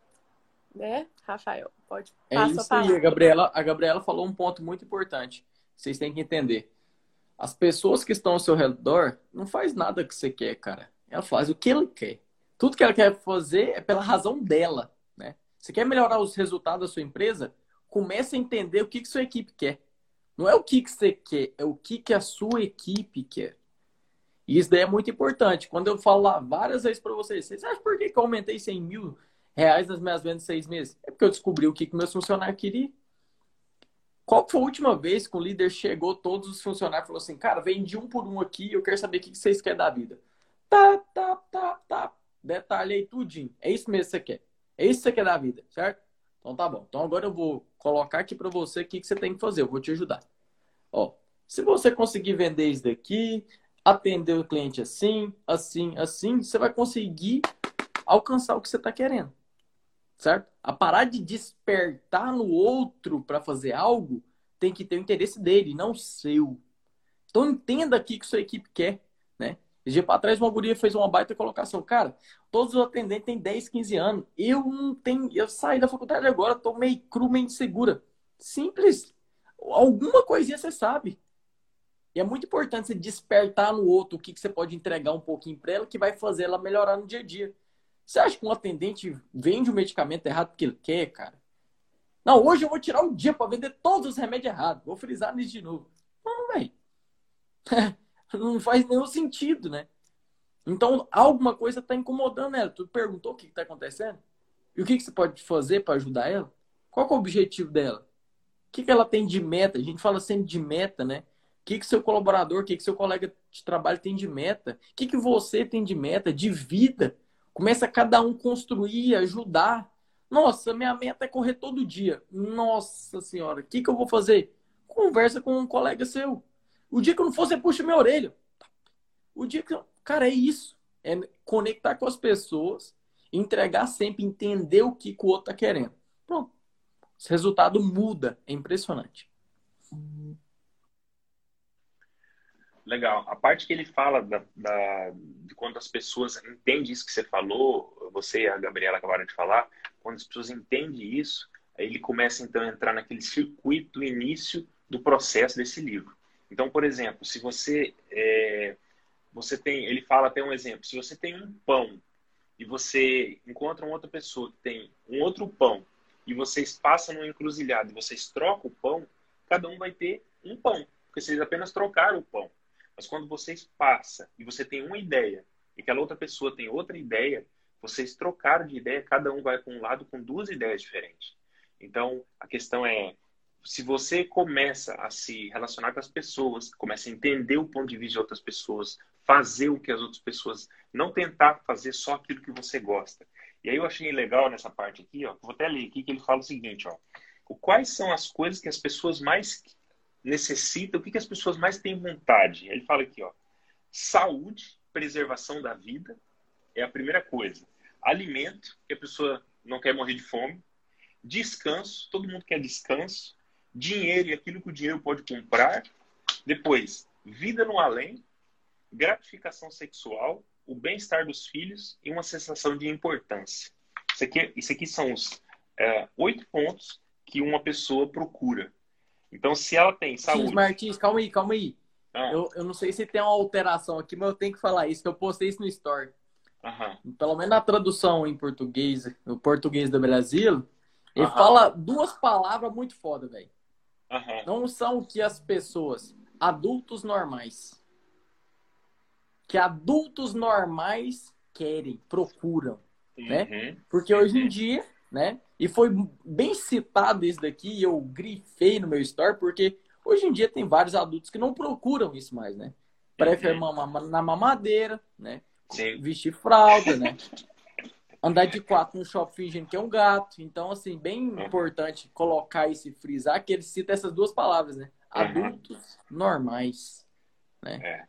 [SPEAKER 1] Né, Rafael? Pode
[SPEAKER 2] passar. É isso aí, a Gabriela, a Gabriela falou um ponto muito importante. Vocês têm que entender. As pessoas que estão ao seu redor não faz nada que você quer, cara. Ela faz o que ela quer. Tudo que ela quer fazer é pela razão dela, né? Você quer melhorar os resultados da sua empresa? Comece a entender o que, que sua equipe quer. Não é o que, que você quer, é o que, que a sua equipe quer. E isso daí é muito importante. Quando eu falo lá várias vezes para vocês, vocês acham por que, que eu aumentei cem mil reais nas minhas vendas em seis meses? É porque eu descobri o que, que meus funcionários queriam. Qual foi a última vez que o líder chegou, todos os funcionários, falou assim, cara, vendi um por um aqui, eu quero saber o que, que vocês querem da vida. Tá, tá, tá, tá. Detalhei tudinho. É isso mesmo que você quer. É isso que você quer da vida, certo? Então tá bom. Então agora eu vou colocar aqui para você o que, que você tem que fazer. Eu vou te ajudar. Ó, se você conseguir vender isso daqui, atender o cliente assim, assim, assim, você vai conseguir alcançar o que você está querendo. Certo? A parar de despertar no outro para fazer algo tem que ter o interesse dele, não o seu. Então entenda aqui o que sua equipe quer, né? Esse dia para trás uma guria fez uma baita colocação. Cara, todos os atendentes têm dez, quinze anos. Eu não tenho... Eu saí da faculdade agora, tô meio cru, meio insegura. Simples. Alguma coisinha você sabe. E é muito importante você despertar no outro o que, que você pode entregar um pouquinho para ela que vai fazer ela melhorar no dia a dia. Você acha que um atendente vende o medicamento errado porque ele quer, cara? Não, hoje eu vou tirar um dia para vender todos os remédios errados. Vou frisar nisso de novo. Não, velho. Não faz nenhum sentido, né? Então, alguma coisa está incomodando ela. Tu perguntou o que está acontecendo? E o que, que você pode fazer para ajudar ela? Qual que é o objetivo dela? O que, que ela tem de meta? A gente fala sempre de meta, né? O que, que seu colaborador, o que, que seu colega de trabalho tem de meta? O que, que você tem de meta, de vida? Começa a cada um construir, ajudar. Nossa, minha meta é correr todo dia. Nossa senhora, o que, que eu vou fazer? Conversa com um colega seu. O dia que eu não for, você puxa minha orelha. O dia que... Cara, é isso. É conectar com as pessoas, entregar sempre, entender o que, que o outro tá querendo. Pronto. Esse resultado muda. É impressionante.
[SPEAKER 3] Legal. A parte que ele fala da, da, de quando as pessoas entendem isso que você falou, você e a Gabriela acabaram de falar, quando as pessoas entendem isso, aí ele começa então a entrar naquele circuito início do processo desse livro. Então, por exemplo, se você, é, você tem, ele fala até um exemplo, se você tem um pão e você encontra uma outra pessoa que tem um outro pão e vocês passam numa encruzilhada e vocês trocam o pão, cada um vai ter um pão, porque vocês apenas trocaram o pão. Mas quando vocês passam e você tem uma ideia e aquela outra pessoa tem outra ideia, vocês trocaram de ideia, cada um vai para um lado com duas ideias diferentes. Então, a questão é, se você começa a se relacionar com as pessoas, começa a entender o ponto de vista de outras pessoas, fazer o que as outras pessoas, não tentar fazer só aquilo que você gosta. E aí eu achei legal nessa parte aqui, ó, vou até ler aqui, que ele fala o seguinte, ó, quais são as coisas que as pessoas mais necessitam, o que, que as pessoas mais têm vontade? Ele fala aqui, ó, saúde, preservação da vida, é a primeira coisa. Alimento, que a pessoa não quer morrer de fome. Descanso, todo mundo quer descanso. Dinheiro e aquilo que o dinheiro pode comprar. Depois, vida no além. Gratificação sexual. O bem-estar dos filhos e uma sensação de importância. Isso aqui, isso aqui são os é, oito pontos que uma pessoa procura. Então, se ela tem saúde...
[SPEAKER 2] Martins, calma aí, calma aí.
[SPEAKER 3] Ah.
[SPEAKER 2] Eu, eu não sei se tem uma alteração aqui, mas eu tenho que falar isso, que eu postei isso no Story.
[SPEAKER 3] Uhum.
[SPEAKER 2] Pelo menos na tradução em português, no português do Brasil, ele
[SPEAKER 3] Uhum.
[SPEAKER 2] fala duas palavras muito foda, velho.
[SPEAKER 3] Uhum.
[SPEAKER 2] Não são o que as pessoas, adultos normais, que adultos normais querem, procuram,
[SPEAKER 3] Uhum.
[SPEAKER 2] né? Porque hoje em dia, né? E foi bem citado isso daqui, e eu grifei no meu Story, porque hoje em dia tem vários adultos que não procuram isso mais, né? Preferem
[SPEAKER 3] Uhum.
[SPEAKER 2] mamar na mamadeira, né?
[SPEAKER 3] Sim.
[SPEAKER 2] Vestir fralda, né? Andar de quatro no shopping fingindo que é um gato. Então, assim, bem
[SPEAKER 3] Uhum.
[SPEAKER 2] importante colocar e se frisar que ele cita essas duas palavras, né?
[SPEAKER 3] Uhum.
[SPEAKER 2] Adultos normais, né?
[SPEAKER 3] É.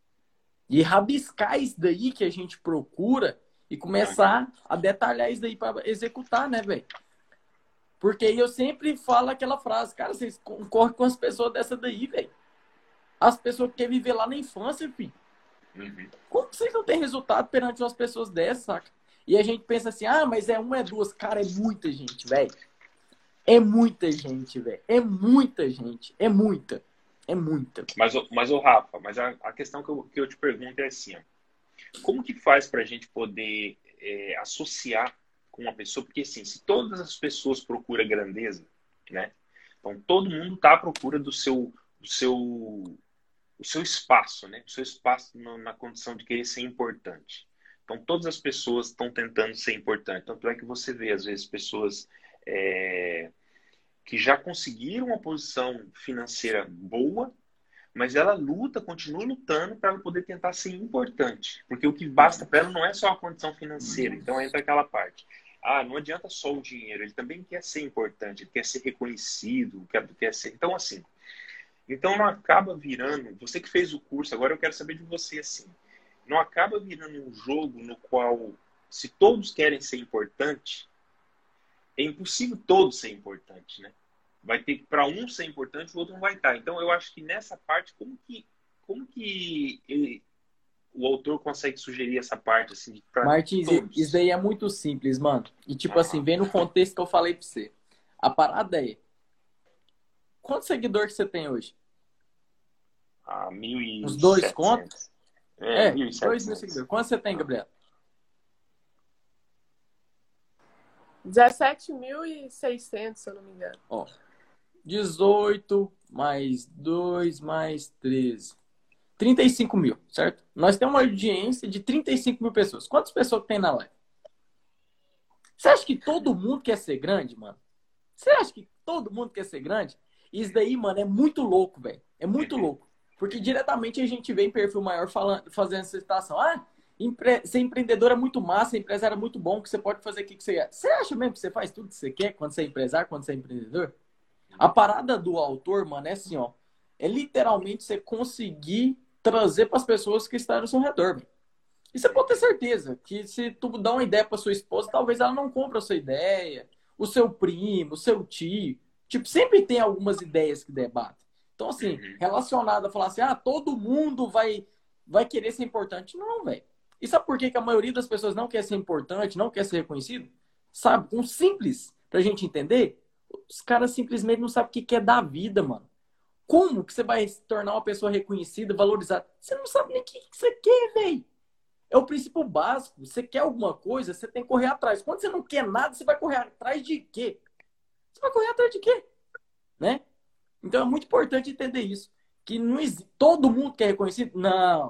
[SPEAKER 2] E rabiscar isso daí que a gente procura e começar a detalhar isso daí para executar, né, velho? Porque eu sempre falo aquela frase, cara, vocês concorrem com as pessoas dessa daí, velho. As pessoas que querem viver lá na infância, filho.
[SPEAKER 3] Uhum.
[SPEAKER 2] Como que vocês não têm resultado perante umas pessoas dessas, saca? E a gente pensa assim, ah, mas é uma, é duas. Cara, é muita gente, velho. É muita gente, velho. É muita gente. É muita. É muita.
[SPEAKER 3] Mas, mas ô Rafa, mas a, a questão que eu, que eu te pergunto é assim, ó. Como que faz pra gente poder é, associar com uma pessoa? Porque assim, se todas as pessoas procuram grandeza, né? Então todo mundo tá à procura do seu, do seu, o seu espaço, né? O seu espaço no, na condição de querer ser importante. Então todas as pessoas estão tentando ser importantes. Tanto é que você vê, às vezes, pessoas é, que já conseguiram uma posição financeira boa, mas ela luta, continua lutando para ela poder tentar ser importante. Porque o que basta para ela não é só a condição financeira. Então entra aquela parte. Ah, não adianta só o dinheiro. Ele também quer ser importante, ele quer ser reconhecido, quer, quer ser... Então, assim... Então não acaba virando... Você que fez o curso, agora eu quero saber de você, assim. Não acaba virando um jogo no qual, se todos querem ser importante, é impossível todos ser importante, né? Vai ter para um ser importante, o outro não vai estar. Então, eu acho que nessa parte, como que, como que ele, o autor consegue sugerir essa parte, assim, para
[SPEAKER 2] Martins,
[SPEAKER 3] todos?
[SPEAKER 2] isso daí é muito simples, mano. E, tipo
[SPEAKER 3] Uhum.
[SPEAKER 2] assim, vem no contexto que eu falei pra você. A parada é... Quantos seguidores que você tem hoje?
[SPEAKER 3] Ah, mil e setecentos.
[SPEAKER 2] Uns dois contos?
[SPEAKER 3] É,
[SPEAKER 2] É,
[SPEAKER 3] mil e
[SPEAKER 2] dois
[SPEAKER 3] setecentos.
[SPEAKER 2] mil seguidores. Quantos você tem, Gabriel?
[SPEAKER 1] dezessete mil e seiscentos, se eu não me engano.
[SPEAKER 2] Ó, dezoito mais dois mais treze. trinta e cinco mil, certo? Nós temos uma audiência de trinta e cinco mil pessoas. Quantas pessoas tem na live? Você acha que todo mundo quer ser grande, mano? Você acha que todo mundo quer ser grande? Isso daí, mano, é muito louco, velho. É muito louco. Porque diretamente a gente vê em perfil maior falando, fazendo essa citação. Ah, empre... ser empreendedor é muito massa, empresário é muito bom, que você pode fazer o que você quer. Você acha mesmo que você faz tudo que você quer quando você é empresário, quando você é empreendedor? A parada do autor, mano, é assim, ó. É literalmente você conseguir trazer para as pessoas que estão ao seu redor, velho. E você pode ter certeza que se tu dá uma ideia para sua esposa, talvez ela não compre a sua ideia, o seu primo, o seu tio. Tipo, sempre tem algumas ideias que debatem. Então, assim, relacionado a falar assim, ah, todo mundo vai, vai querer ser importante. Não, velho. E sabe por que que a maioria das pessoas não quer ser importante, não quer ser reconhecido? Sabe? Um simples, pra gente entender, os caras simplesmente não sabem o que que é da vida, mano. Como que você vai se tornar uma pessoa reconhecida, valorizada? Você não sabe nem o que que você quer, velho. É o princípio básico. Você quer alguma coisa, você tem que correr atrás. Quando você não quer nada, você vai correr atrás de quê? Você vai correr atrás de quê? Né? Então é muito importante entender isso. Que não existe... todo mundo quer reconhecido? Não.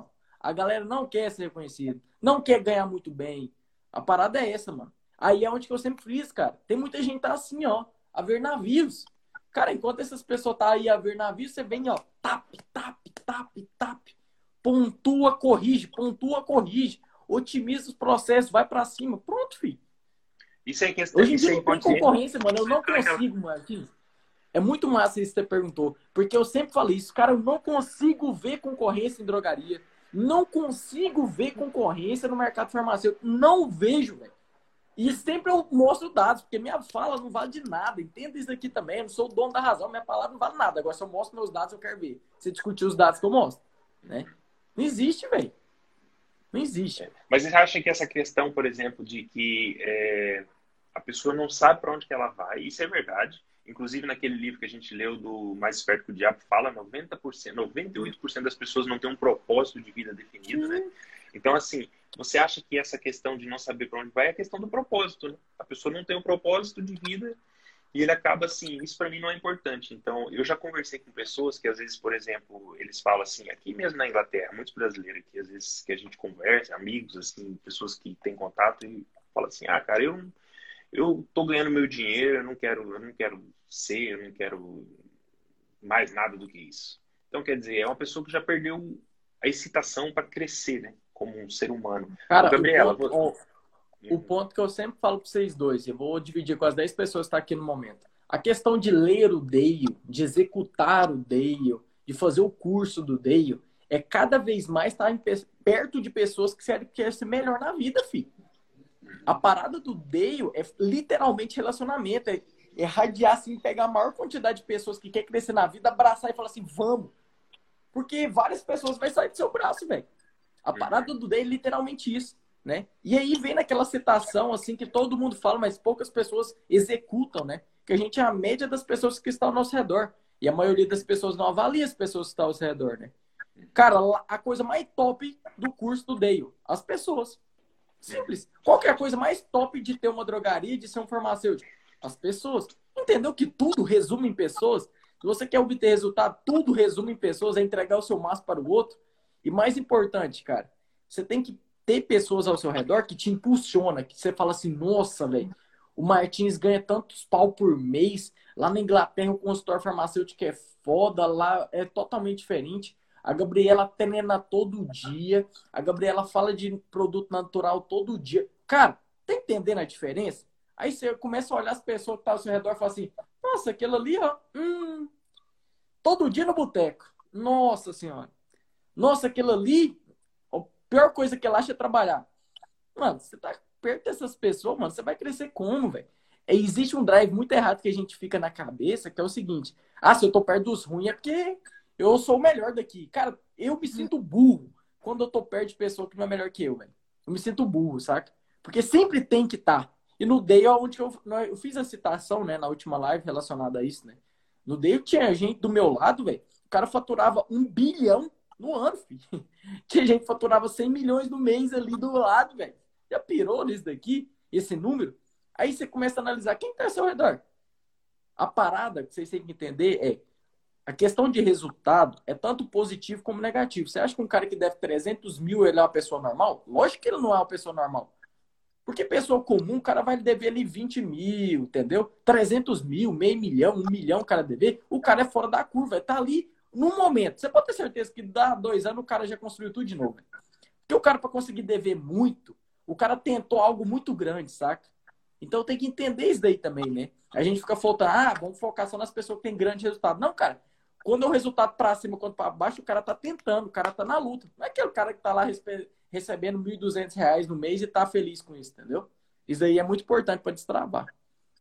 [SPEAKER 2] A galera não quer ser reconhecida, não quer ganhar muito bem. A parada é essa, mano. Aí é onde que eu sempre fiz, cara. Tem muita gente que tá assim, ó, a ver navios. Cara, enquanto essas pessoas tá aí a ver navios, você vem, ó, tap, tap, tap, tap. Pontua, corrige, pontua, corrige. Otimiza os processos, vai pra cima. Pronto, filho.
[SPEAKER 3] Isso é questão,
[SPEAKER 2] Hoje em
[SPEAKER 3] isso
[SPEAKER 2] dia
[SPEAKER 3] é
[SPEAKER 2] não tem
[SPEAKER 3] importante.
[SPEAKER 2] concorrência, mano. Eu não consigo, Marquinhos. É muito massa isso que você perguntou. Porque eu sempre falei isso, cara, eu não consigo ver concorrência em drogaria. Não consigo ver concorrência no mercado farmacêutico. Não vejo, velho. E sempre eu mostro dados, porque minha fala não vale de nada. Entenda isso aqui também. Eu não sou o dono da razão, minha palavra não vale nada. Agora, se eu mostro meus dados, eu quero ver. Você discutir os dados que eu mostro. Né? Não existe, velho. Não existe.
[SPEAKER 3] Mas você acha que essa questão, por exemplo, de que é, a pessoa não sabe para onde que ela vai, isso é verdade. Inclusive, naquele livro que a gente leu do Mais Esperto que o Diabo, fala noventa por cento, noventa e oito por cento das pessoas não têm um propósito de vida definido, né? Então, assim, você acha que essa questão de não saber para onde vai é a questão do propósito, né? A pessoa não tem um propósito de vida e ele acaba assim, isso para mim não é importante. Então, eu já conversei com pessoas que às vezes, por exemplo, eles falam assim, aqui mesmo na Inglaterra, muitos brasileiros aqui, às vezes que a gente conversa, amigos, assim, pessoas que têm contato e falam assim, ah, cara, eu não eu tô ganhando meu dinheiro, eu não quero, eu não quero ser, eu não quero mais nada do que isso. Então, quer dizer, é uma pessoa que já perdeu a excitação para crescer, né? Como um ser humano.
[SPEAKER 2] Cara,
[SPEAKER 3] Ô, Gabriela,
[SPEAKER 2] o ponto,
[SPEAKER 3] vou...
[SPEAKER 2] o, o ponto que eu sempre falo para vocês dois, eu vou dividir com as dez pessoas que estão aqui no momento. A questão de ler o Dale, de executar o Dale, de fazer o curso do Dale, é cada vez mais estar em, perto de pessoas que querem, querem ser melhor na vida, filho. A parada do Dale é literalmente relacionamento. É, é radiar, assim, pegar a maior quantidade de pessoas que quer crescer na vida, abraçar e falar assim, vamos. Porque várias pessoas vão sair do seu braço, velho. A parada do Dale é literalmente isso, né? E aí vem naquela citação, assim, que todo mundo fala, mas poucas pessoas executam, né? Que a gente é a média das pessoas que estão ao nosso redor. E a maioria das pessoas não avalia as pessoas que estão ao nosso redor, né? Cara, a coisa mais top do curso do Dale, as pessoas. Simples. Qual que é a coisa mais top de ter uma drogaria e de ser um farmacêutico? As pessoas. Entendeu que tudo resume em pessoas? Se você quer obter resultado, tudo resume em pessoas, é entregar o seu máximo para o outro. E mais importante, cara, você tem que ter pessoas ao seu redor que te impulsiona, que você fala assim, nossa, velho, o Martins ganha tantos pau por mês, lá na Inglaterra o consultório farmacêutico é foda, lá é totalmente diferente. A Gabriela treina todo dia. A Gabriela fala de produto natural todo dia. Cara, tá entendendo a diferença? Aí você começa a olhar as pessoas que estão ao seu redor e fala assim, nossa, aquilo ali, ó, hum, todo dia no boteco. Nossa senhora. Nossa, aquilo ali, a pior coisa que ela acha é trabalhar. Mano, você tá perto dessas pessoas, mano, você vai crescer como, velho? Existe um drive muito errado que a gente fica na cabeça, que é o seguinte, ah, se eu tô perto dos ruins é porque eu sou o melhor daqui. Cara, eu me sinto burro quando eu tô perto de pessoa que não é melhor que eu, velho. Eu me sinto burro, saca? Porque sempre tem que estar. Tá. E no Dale, onde eu, eu fiz a citação, né, na última live relacionada a isso, né? No Dale tinha gente do meu lado, velho. O cara faturava um bilhão no ano, filho. Tinha gente que faturava cem milhões no mês ali do lado, velho. Já pirou nisso daqui, esse número? Aí você começa a analisar quem tá ao seu redor. A parada que vocês têm que entender é a questão de resultado é tanto positivo como negativo. Você acha que um cara que deve trezentos mil ele é uma pessoa normal? Lógico que ele não é uma pessoa normal. Porque pessoa comum, o cara vai dever ali vinte mil, entendeu? trezentos mil, meio milhão, um milhão o cara dever. O cara é fora da curva, tá ali no momento. Você pode ter certeza que dá dois anos o cara já construiu tudo de novo. Porque o cara, para conseguir dever muito, o cara tentou algo muito grande, saca? Então tem que entender isso daí também, né? A gente fica faltando, ah, vamos focar só nas pessoas que têm grande resultado. Não, cara. Quando é o resultado para cima, quando para baixo, o cara tá tentando, o cara tá na luta. Não é aquele cara que tá lá recebendo mil e duzentos reais no mês e tá feliz com isso, entendeu? Isso aí é muito importante para destravar.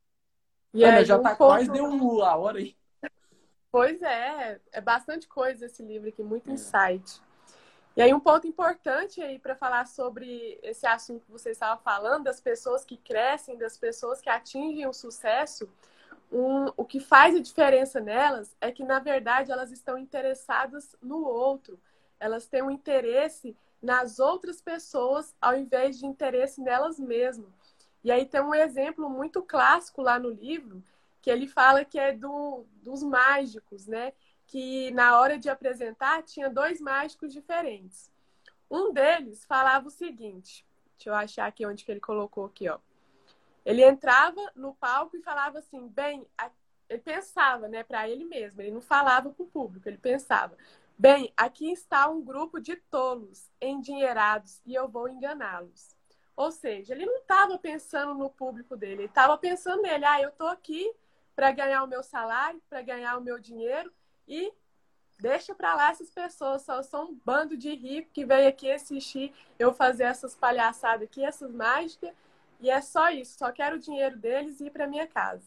[SPEAKER 1] E
[SPEAKER 2] Ana,
[SPEAKER 1] aí,
[SPEAKER 2] já
[SPEAKER 1] um
[SPEAKER 2] tá
[SPEAKER 1] ponto...
[SPEAKER 2] quase deu a hora aí.
[SPEAKER 1] Pois é, é bastante coisa esse livro aqui, muito insight. E aí um ponto importante aí para falar sobre esse assunto que você estava falando, das pessoas que crescem, das pessoas que atingem o sucesso, um, o que faz a diferença nelas é que, na verdade, elas estão interessadas no outro. Elas têm um interesse nas outras pessoas ao invés de interesse nelas mesmas. E aí tem um exemplo muito clássico lá no livro, que ele fala que é do, dos mágicos, né? Que na hora de apresentar tinha dois mágicos diferentes. Um deles falava o seguinte, deixa eu achar aqui onde que ele colocou aqui, ó. Ele entrava no palco e falava assim, bem, ele pensava, né, para ele mesmo, ele não falava para o público, ele pensava, bem, aqui está um grupo de tolos, endinheirados, e eu vou enganá-los. Ou seja, ele não estava pensando no público dele, ele estava pensando nele, ah, eu estou aqui para ganhar o meu salário, para ganhar o meu dinheiro, e deixa para lá essas pessoas, só são um bando de rico que veio aqui assistir eu fazer essas palhaçadas aqui, essas mágicas, e é só isso, só quero o dinheiro deles e ir para minha casa.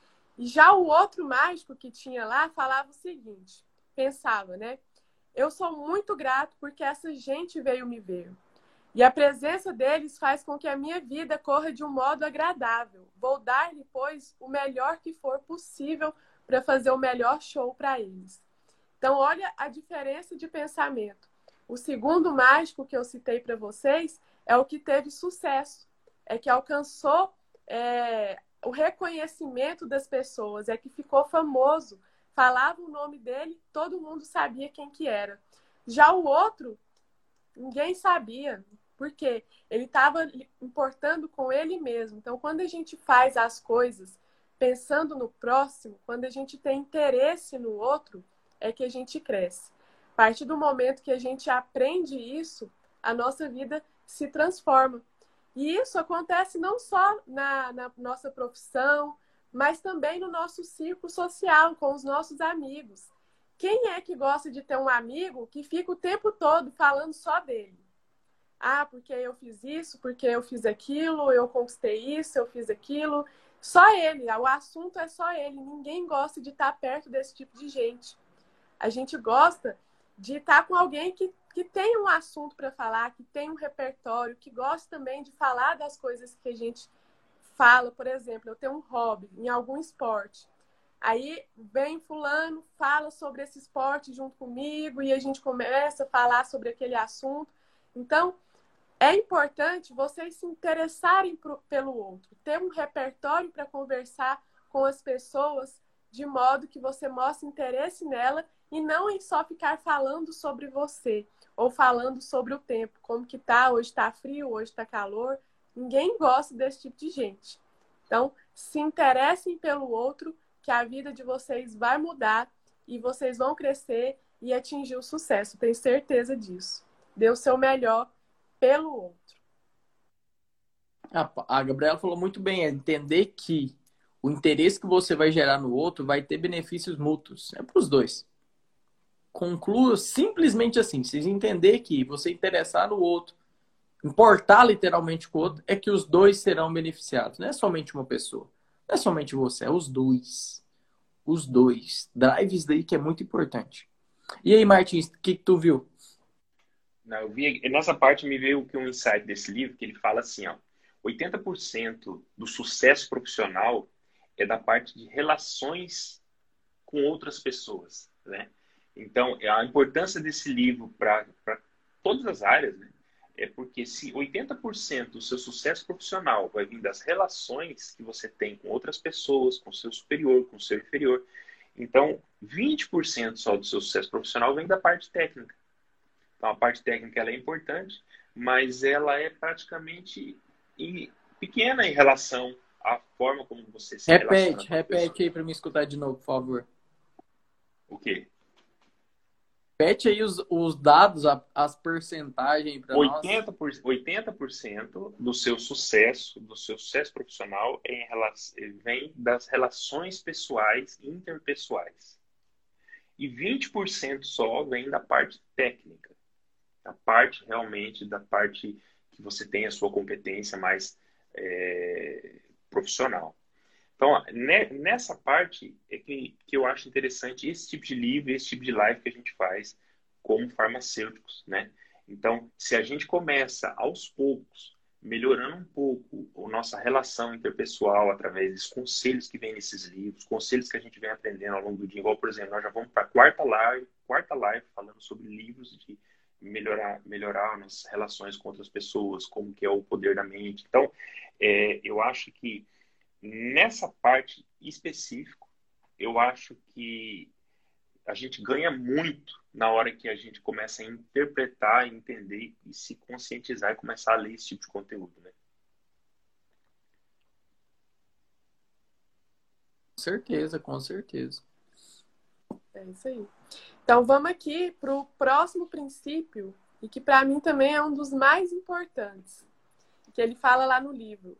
[SPEAKER 1] E já o outro mágico que tinha lá falava o seguinte, pensava, né? Eu sou muito grato porque essa gente veio me ver. E a presença deles faz com que a minha vida corra de um modo agradável. Vou dar-lhe, pois, o melhor que for possível para fazer o melhor show para eles. Então, olha a diferença de pensamento. O segundo mágico que eu citei para vocês é o que teve sucesso, é que alcançou é, o reconhecimento das pessoas, é que ficou famoso. Falava o nome dele, todo mundo sabia quem que era. Já o outro, ninguém sabia, porque ele estava importando com ele mesmo. Então, quando a gente faz as coisas pensando no próximo, quando a gente tem interesse no outro, é que a gente cresce. A partir do momento que a gente aprende isso, a nossa vida se transforma. E isso acontece não só na, na nossa profissão, mas também no nosso círculo social, com os nossos amigos. Quem é que gosta de ter um amigo que fica o tempo todo falando só dele? Ah, porque eu fiz isso, porque eu fiz aquilo, eu conquistei isso, eu fiz aquilo. Só ele, o assunto é só ele. Ninguém gosta de estar perto desse tipo de gente. A gente gosta de estar com alguém que, que tem um assunto para falar, que tem um repertório, que gosta também de falar das coisas que a gente fala. Por exemplo, eu tenho um hobby em algum esporte. Aí vem fulano, fala sobre esse esporte junto comigo e a gente começa a falar sobre aquele assunto. Então, é importante vocês se interessarem pro, pelo outro, ter um repertório para conversar com as pessoas de modo que você mostre interesse nela e não em só ficar falando sobre você ou falando sobre o tempo, como que tá, hoje tá frio, hoje tá calor. Ninguém gosta desse tipo de gente. Então, se interessem pelo outro, que a vida de vocês vai mudar e vocês vão crescer e atingir o sucesso. Tenho certeza disso. Dê o seu melhor pelo outro.
[SPEAKER 2] A, a Gabriela falou muito bem, é entender que o interesse que você vai gerar no outro vai ter benefícios mútuos. É para os dois. Conclua simplesmente assim. Vocês entender que você interessar no outro, importar literalmente com o outro, é que os dois serão beneficiados. Não é somente uma pessoa. Não é somente você, é os dois. Os dois. Drives daí que é muito importante. E aí, Martins, o que, que tu viu?
[SPEAKER 3] Não, eu vi, nessa parte me veio que um insight desse livro, que ele fala assim, ó, oitenta por cento do sucesso profissional é da parte de relações com outras pessoas, né? Então, a importância desse livro para todas as áreas, né? É porque se oitenta por cento do seu sucesso profissional vai vir das relações que você tem com outras pessoas, com o seu superior, com o seu inferior, então vinte por cento só do seu sucesso profissional vem da parte técnica. Então, a parte técnica ela é importante, mas ela é praticamente pequena em relação à forma como você se
[SPEAKER 2] repete,
[SPEAKER 3] relaciona com a
[SPEAKER 2] repete
[SPEAKER 3] pessoa.
[SPEAKER 2] aí para me escutar de novo, por favor.
[SPEAKER 3] O quê?
[SPEAKER 2] Repete aí os, os dados, as percentagens para nós.
[SPEAKER 3] oitenta por cento do seu sucesso, do seu sucesso profissional é em relação, vem das relações pessoais e interpessoais. E vinte por cento só vem da parte técnica. A parte realmente da parte que você tem a sua competência mais é, profissional. Então, nessa parte é que, que eu acho interessante esse tipo de livro, esse tipo de live que a gente faz como farmacêuticos, né? Então, se a gente começa aos poucos, melhorando um pouco a nossa relação interpessoal através dos conselhos que vem nesses livros, conselhos que a gente vem aprendendo ao longo do dia, igual, por exemplo, nós já vamos para a quarta live, quarta live falando sobre livros de melhorar, melhorar nossas relações com outras pessoas, como que é o poder da mente. Então, é, eu acho que nessa parte específica, eu acho que a gente ganha muito na hora que a gente começa a interpretar, entender e se conscientizar e começar a ler esse tipo de conteúdo, né?
[SPEAKER 2] Com certeza, com certeza.
[SPEAKER 1] É isso aí. Então, vamos aqui para o próximo princípio, e que para mim também é um dos mais importantes, que ele fala lá no livro.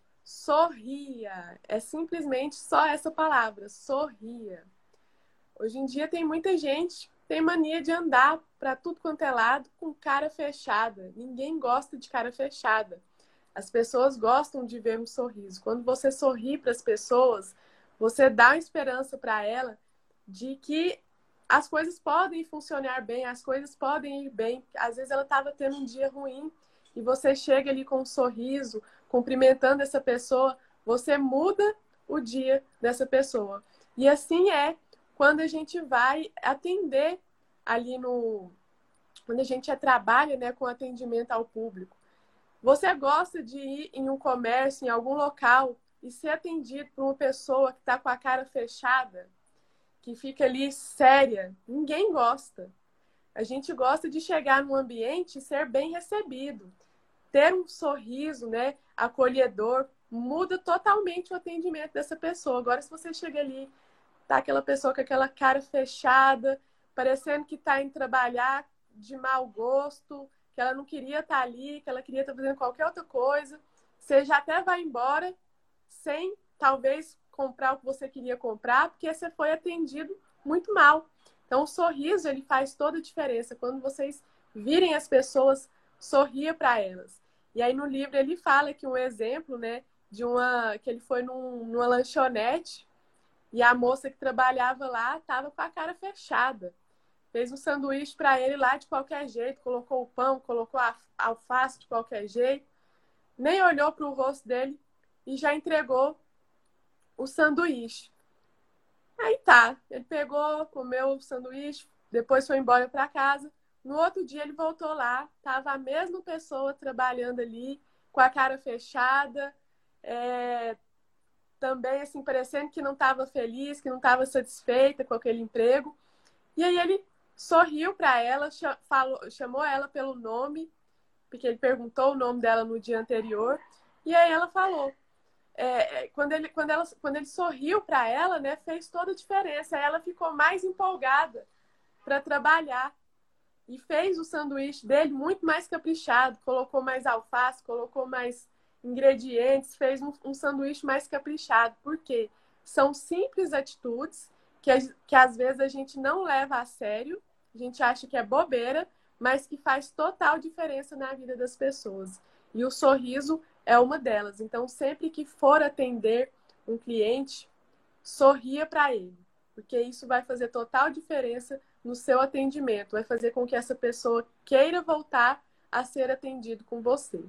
[SPEAKER 1] Sorria. É simplesmente só essa palavra, sorria. Hoje em dia tem muita gente que tem mania de andar para tudo quanto é lado com cara fechada. Ninguém gosta de cara fechada. As pessoas gostam de ver um sorriso. Quando você sorri para as pessoas, você dá uma esperança para ela de que as coisas podem funcionar bem, as coisas podem ir bem. Às vezes ela estava tendo um dia ruim e você chega ali com um sorriso, cumprimentando essa pessoa, você muda o dia dessa pessoa. E assim é quando a gente vai atender ali no... Quando a gente trabalha, né, com atendimento ao público. Você gosta de ir em um comércio, em algum local, e ser atendido por uma pessoa que está com a cara fechada, que fica ali séria? Ninguém gosta. A gente gosta de chegar num ambiente e ser bem recebido. Ter um sorriso, né, acolhedor, muda totalmente o atendimento dessa pessoa. Agora, se você chega ali, tá aquela pessoa com aquela cara fechada, parecendo que está indo trabalhar de mau gosto, que ela não queria estar ali, que ela queria estar fazendo qualquer outra coisa, você já até vai embora sem, talvez, comprar o que você queria comprar, porque você foi atendido muito mal. Então, o sorriso, ele faz toda a diferença. Quando vocês virem as pessoas, sorria para elas. E aí, no livro, ele fala que um exemplo, né, de uma... que ele foi num, numa lanchonete e a moça que trabalhava lá estava com a cara fechada. Fez um sanduíche para ele lá de qualquer jeito, colocou o pão, colocou a alface de qualquer jeito, nem olhou para o rosto dele e já entregou o sanduíche. Aí tá, ele pegou, comeu o sanduíche, depois foi embora para casa. No outro dia ele voltou lá, tava a mesma pessoa trabalhando ali, com a cara fechada, é, também assim, parecendo que não estava feliz, que não estava satisfeita com aquele emprego. E aí ele sorriu para ela, falou, chamou ela pelo nome, porque ele perguntou o nome dela no dia anterior. E aí ela falou. É, quando, ele, quando, ela, quando ele sorriu para ela, né, fez toda a diferença. Aí ela ficou mais empolgada para trabalhar. E fez o sanduíche dele muito mais caprichado. Colocou mais alface, colocou mais ingredientes, fez um, um sanduíche mais caprichado. Por quê? São simples atitudes que, que às vezes a gente não leva a sério. A gente acha que é bobeira, mas que faz total diferença na vida das pessoas. E o sorriso é uma delas. Então, sempre que for atender um cliente, sorria para ele, porque isso vai fazer total diferença no seu atendimento. Vai fazer com que essa pessoa queira voltar a ser atendido com você.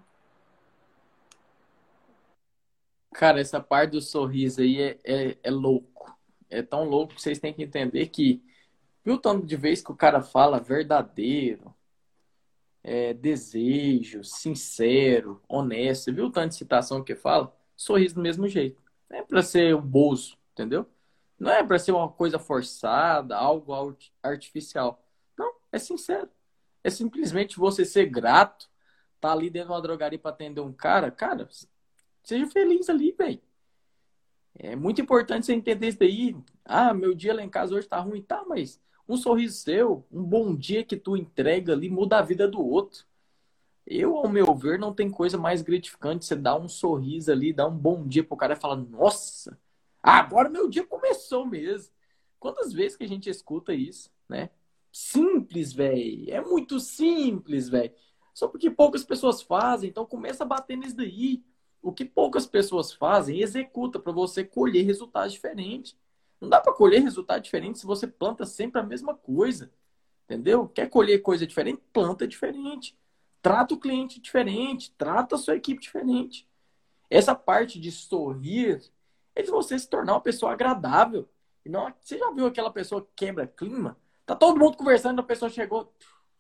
[SPEAKER 2] Cara, essa parte do sorriso aí é, é, é louco. É tão louco que vocês têm que entender que viu o tanto de vez que o cara fala verdadeiro, é, desejo, sincero, honesto. Viu o tanto de citação que fala? Sorriso do mesmo jeito. Não é pra ser um bozo, entendeu? Não é pra ser uma coisa forçada, algo artificial. Não, é sincero. É simplesmente você ser grato, tá ali dentro de uma drogaria pra atender um cara. Cara, seja feliz ali, velho. É muito importante você entender isso daí. Ah, meu dia lá em casa hoje tá ruim. Tá, mas um sorriso seu, um bom dia que tu entrega ali, muda a vida do outro. Eu, ao meu ver, não tem coisa mais gratificante você dar um sorriso ali, dar um bom dia pro cara e falar, nossa, agora meu dia começou mesmo. Quantas vezes que a gente escuta isso, né? Simples, velho. É muito simples, velho. Só porque poucas pessoas fazem, então começa a bater nisso daí. O que poucas pessoas fazem, executa para você colher resultados diferentes. Não dá para colher resultado diferente se você planta sempre a mesma coisa. Entendeu? Quer colher coisa diferente? Planta diferente. Trata o cliente diferente. Trata a sua equipe diferente. Essa parte de sorrir é de você se tornar uma pessoa agradável. E não, você já viu aquela pessoa que quebra clima? Tá todo mundo conversando, a pessoa chegou.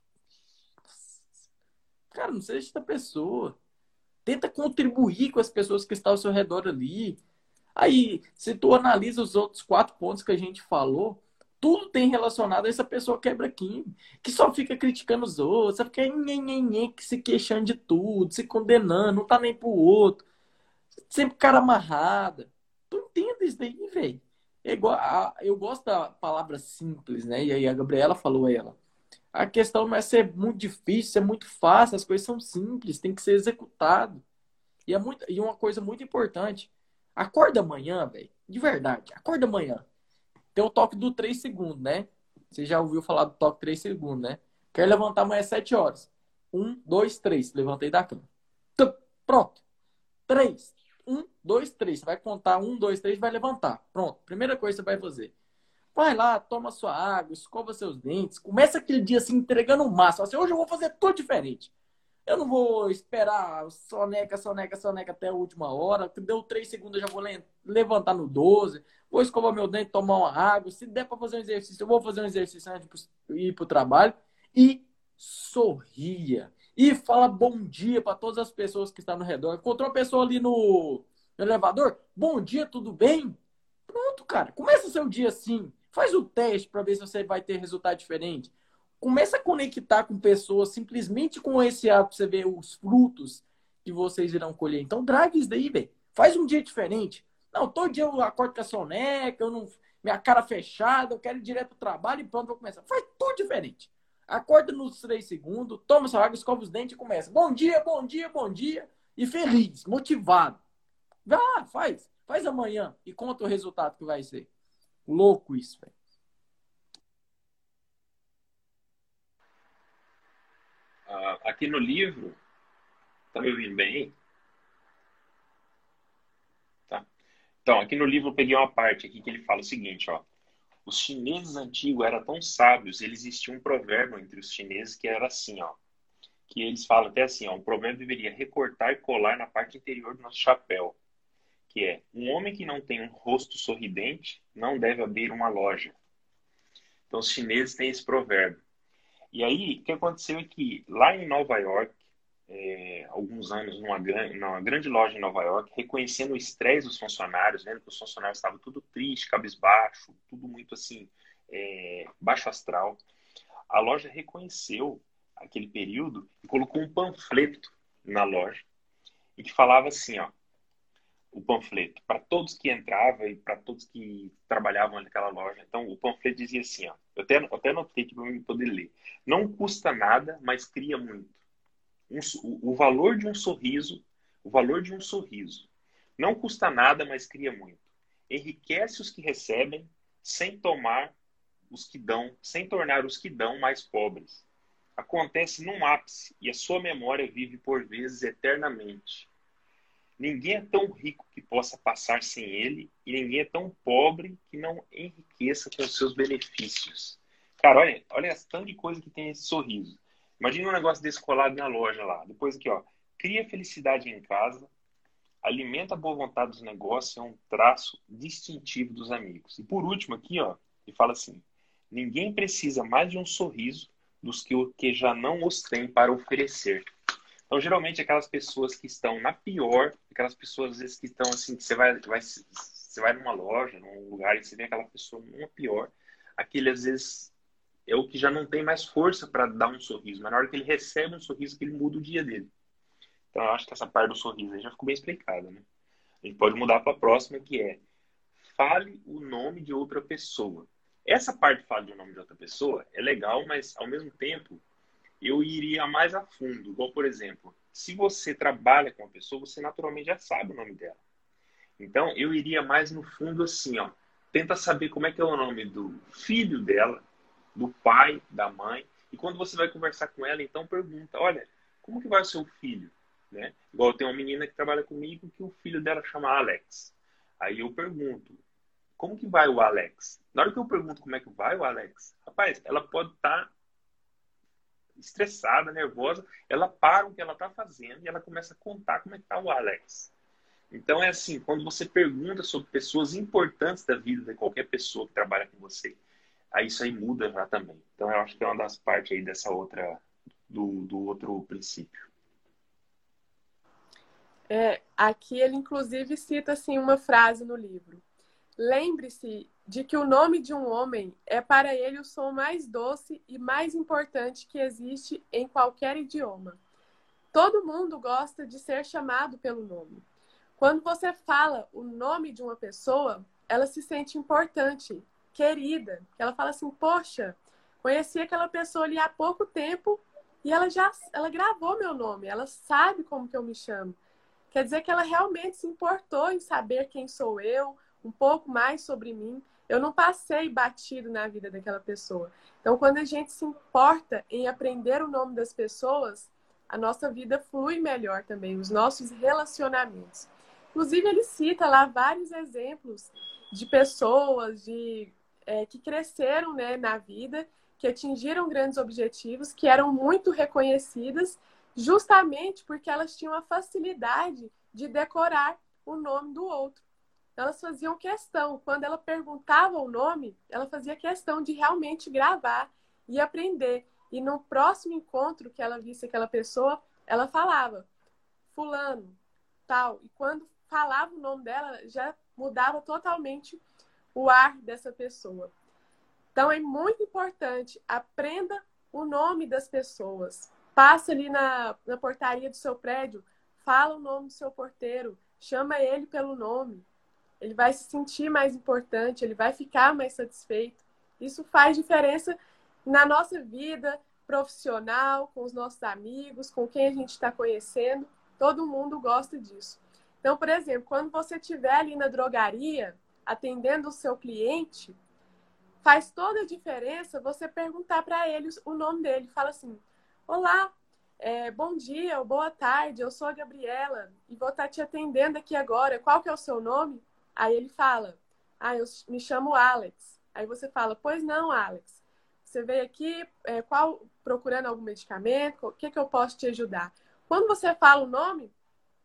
[SPEAKER 2] Cara, não seja essa pessoa. Tenta contribuir com as pessoas que estão ao seu redor ali. Aí, se tu analisa os outros quatro pontos que a gente falou, tudo tem relacionado a essa pessoa quebra-quim, que só fica criticando os outros, só fica nhenhenhen, se queixando de tudo, se condenando, não tá nem pro outro, sempre cara amarrada. Tu entende isso daí, velho? É igual a- eu gosto da palavra simples, né? E aí a Gabriela falou ela. A questão não é ser muito difícil, é muito fácil, as coisas são simples, tem que ser executado. E, é muito, e uma coisa muito importante, acorda amanhã, velho, de verdade, acorda amanhã. Tem o toque do três segundos, né? Você já ouviu falar do toque três segundos, né? Quer levantar amanhã às sete horas. Um, dois, três. Levantei da cama. Tum, pronto. Três. Um, dois, três. Você vai contar um, dois, três, vai levantar. Pronto. Primeira coisa que você vai fazer. Vai lá, toma sua água, escova seus dentes. Começa aquele dia assim, entregando o máximo. Assim, hoje eu vou fazer tudo diferente. Eu não vou esperar soneca, soneca, soneca até a última hora. Deu três segundos, eu já vou le- levantar no doze. Vou escovar meu dente, tomar uma água. Se der para fazer um exercício, eu vou fazer um exercício antes de ir para o trabalho. E sorria. E fala bom dia para todas as pessoas que estão no redor. Encontrou uma pessoa ali no, no elevador. Bom dia, tudo bem? Pronto, cara. Começa o seu dia assim. Faz o teste para ver se você vai ter resultado diferente. Começa a conectar com pessoas simplesmente com esse ato pra você ver os frutos que vocês irão colher. Então, drive isso daí, velho. Faz um dia diferente. Não, todo dia eu acordo com a soneca, eu não, minha cara fechada, eu quero ir direto pro trabalho e pronto, vou começar. Faz tudo diferente. Acorda nos três segundos, toma sua água, escova os dentes e começa. Bom dia, bom dia, bom dia. E feliz, motivado. Vai lá, faz. Faz amanhã e conta o resultado que vai ser. Louco isso, velho.
[SPEAKER 3] Ah, aqui no livro, tá me ouvindo bem aí? Tá. Então, aqui no livro eu peguei uma parte aqui que ele fala o seguinte, ó. Os chineses antigos eram tão sábios, eles existia um provérbio entre os chineses que era assim, ó. Que eles falam até assim, ó. Um provérbio deveria recortar e colar na parte interior do nosso chapéu. Que é, um homem que não tem um rosto sorridente não deve abrir uma loja. Então, os chineses têm esse provérbio. E aí, o que aconteceu é que lá em Nova York, é, alguns anos, numa grande, numa grande loja em Nova York, reconhecendo o estresse dos funcionários, vendo que os funcionários estavam tudo triste, cabisbaixo, tudo muito assim, é, baixo astral, a loja reconheceu aquele período e colocou um panfleto na loja e que falava assim, ó, o panfleto, para todos que entravam e para todos que trabalhavam naquela loja. Então, o panfleto dizia assim, ó, eu até, eu até anotei aqui para eu poder ler. Não custa nada, mas cria muito. Um, o, o valor de um sorriso, o valor de um sorriso. Não custa nada, mas cria muito. Enriquece os que recebem, sem tomar os que dão, sem tornar os que dão mais pobres. Acontece num ápice e a sua memória vive por vezes eternamente. Ninguém é tão rico que possa passar sem ele e ninguém é tão pobre que não enriqueça com os seus benefícios. Cara, olha, olha essa tanto de coisa que tem esse sorriso. Imagina um negócio desse colado na loja lá. Depois aqui, ó. Cria felicidade em casa, alimenta a boa vontade dos negócios, é um traço distintivo dos amigos. E por último aqui, ó, ele fala assim, ninguém precisa mais de um sorriso dos que o que já não os tem para oferecer. Então, geralmente, aquelas pessoas que estão na pior, aquelas pessoas, às vezes, que estão assim, que você vai, vai, você vai numa loja, num lugar, e você vê aquela pessoa numa pior, aquele, às vezes, é o que já não tem mais força para dar um sorriso. Mas na hora que ele recebe um sorriso, que ele muda o dia dele. Então, eu acho que essa parte do sorriso aí já ficou bem explicada, né? A gente pode mudar para a próxima, que é fale o nome de outra pessoa. Essa parte de falar o nome de outra pessoa é legal, mas, ao mesmo tempo, eu iria mais a fundo. Igual, por exemplo, se você trabalha com uma pessoa, você naturalmente já sabe o nome dela. Então, eu iria mais no fundo assim, ó. Tenta saber como é que é o nome do filho dela, do pai, da mãe. E quando você vai conversar com ela, então pergunta, olha, como que vai o seu filho? Né? Igual tem uma menina que trabalha comigo que o filho dela chama Alex. Aí eu pergunto, como que vai o Alex? Na hora que eu pergunto como é que vai o Alex, rapaz, ela pode estar estressada, nervosa, ela para o que ela está fazendo e ela começa a contar como é que está o Alex. Então é assim, quando você pergunta sobre pessoas importantes da vida de qualquer pessoa que trabalha com você, aí isso aí muda já também. Então eu acho que é uma das partes aí dessa outra, do, do outro princípio.
[SPEAKER 1] É, aqui ele inclusive cita assim uma frase no livro. Lembre-se de que o nome de um homem é para ele o som mais doce e mais importante que existe em qualquer idioma. Todo mundo gosta de ser chamado pelo nome. Quando você fala o nome de uma pessoa, ela se sente importante, querida. Ela fala assim, poxa, conheci aquela pessoa ali há pouco tempo e ela já ela gravou meu nome, ela sabe como que eu me chamo. Quer dizer que ela realmente se importou em saber quem sou eu, um pouco mais sobre mim. Eu não passei batido na vida daquela pessoa. Então, quando a gente se importa em aprender o nome das pessoas, a nossa vida flui melhor também, os nossos relacionamentos. Inclusive, ele cita lá vários exemplos de pessoas de, é, que cresceram, né, na vida, que atingiram grandes objetivos, que eram muito reconhecidas, justamente porque elas tinham a facilidade de decorar o nome do outro. Elas faziam questão, quando ela perguntava o nome, ela fazia questão de realmente gravar e aprender. E no próximo encontro que ela visse aquela pessoa, ela falava, fulano, tal. E quando falava o nome dela, já mudava totalmente o ar dessa pessoa. Então é muito importante, aprenda o nome das pessoas. Passa ali na, na portaria do seu prédio, fala o nome do seu porteiro, chama ele pelo nome. Ele vai se sentir mais importante, ele vai ficar mais satisfeito. Isso faz diferença na nossa vida profissional, com os nossos amigos, com quem a gente está conhecendo. Todo mundo gosta disso. Então, por exemplo, quando você estiver ali na drogaria, atendendo o seu cliente, faz toda a diferença você perguntar para ele o nome dele. Fala assim, olá, é, bom dia ou boa tarde, eu sou a Gabriela e vou estar te atendendo aqui agora. Qual que é o seu nome? Aí ele fala, ah, eu me chamo Alex. Aí você fala, pois não, Alex. Você veio aqui é, qual, procurando algum medicamento, o que, que eu posso te ajudar? Quando você fala o nome,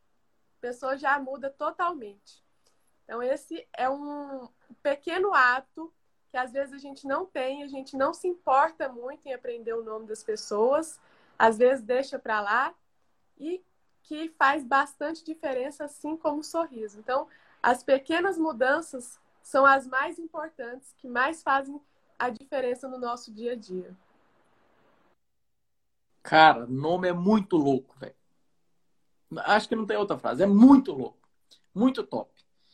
[SPEAKER 1] a pessoa já muda totalmente. Então, esse é um pequeno ato que às vezes a gente não tem, a gente não se importa muito em aprender o nome das pessoas, às vezes deixa para lá e que faz bastante diferença, assim como o sorriso. Então, as pequenas mudanças são as mais importantes, que mais fazem a diferença no nosso dia a dia.
[SPEAKER 2] Cara, nome é muito louco, velho. Acho que não tem outra frase. É muito louco. Muito top.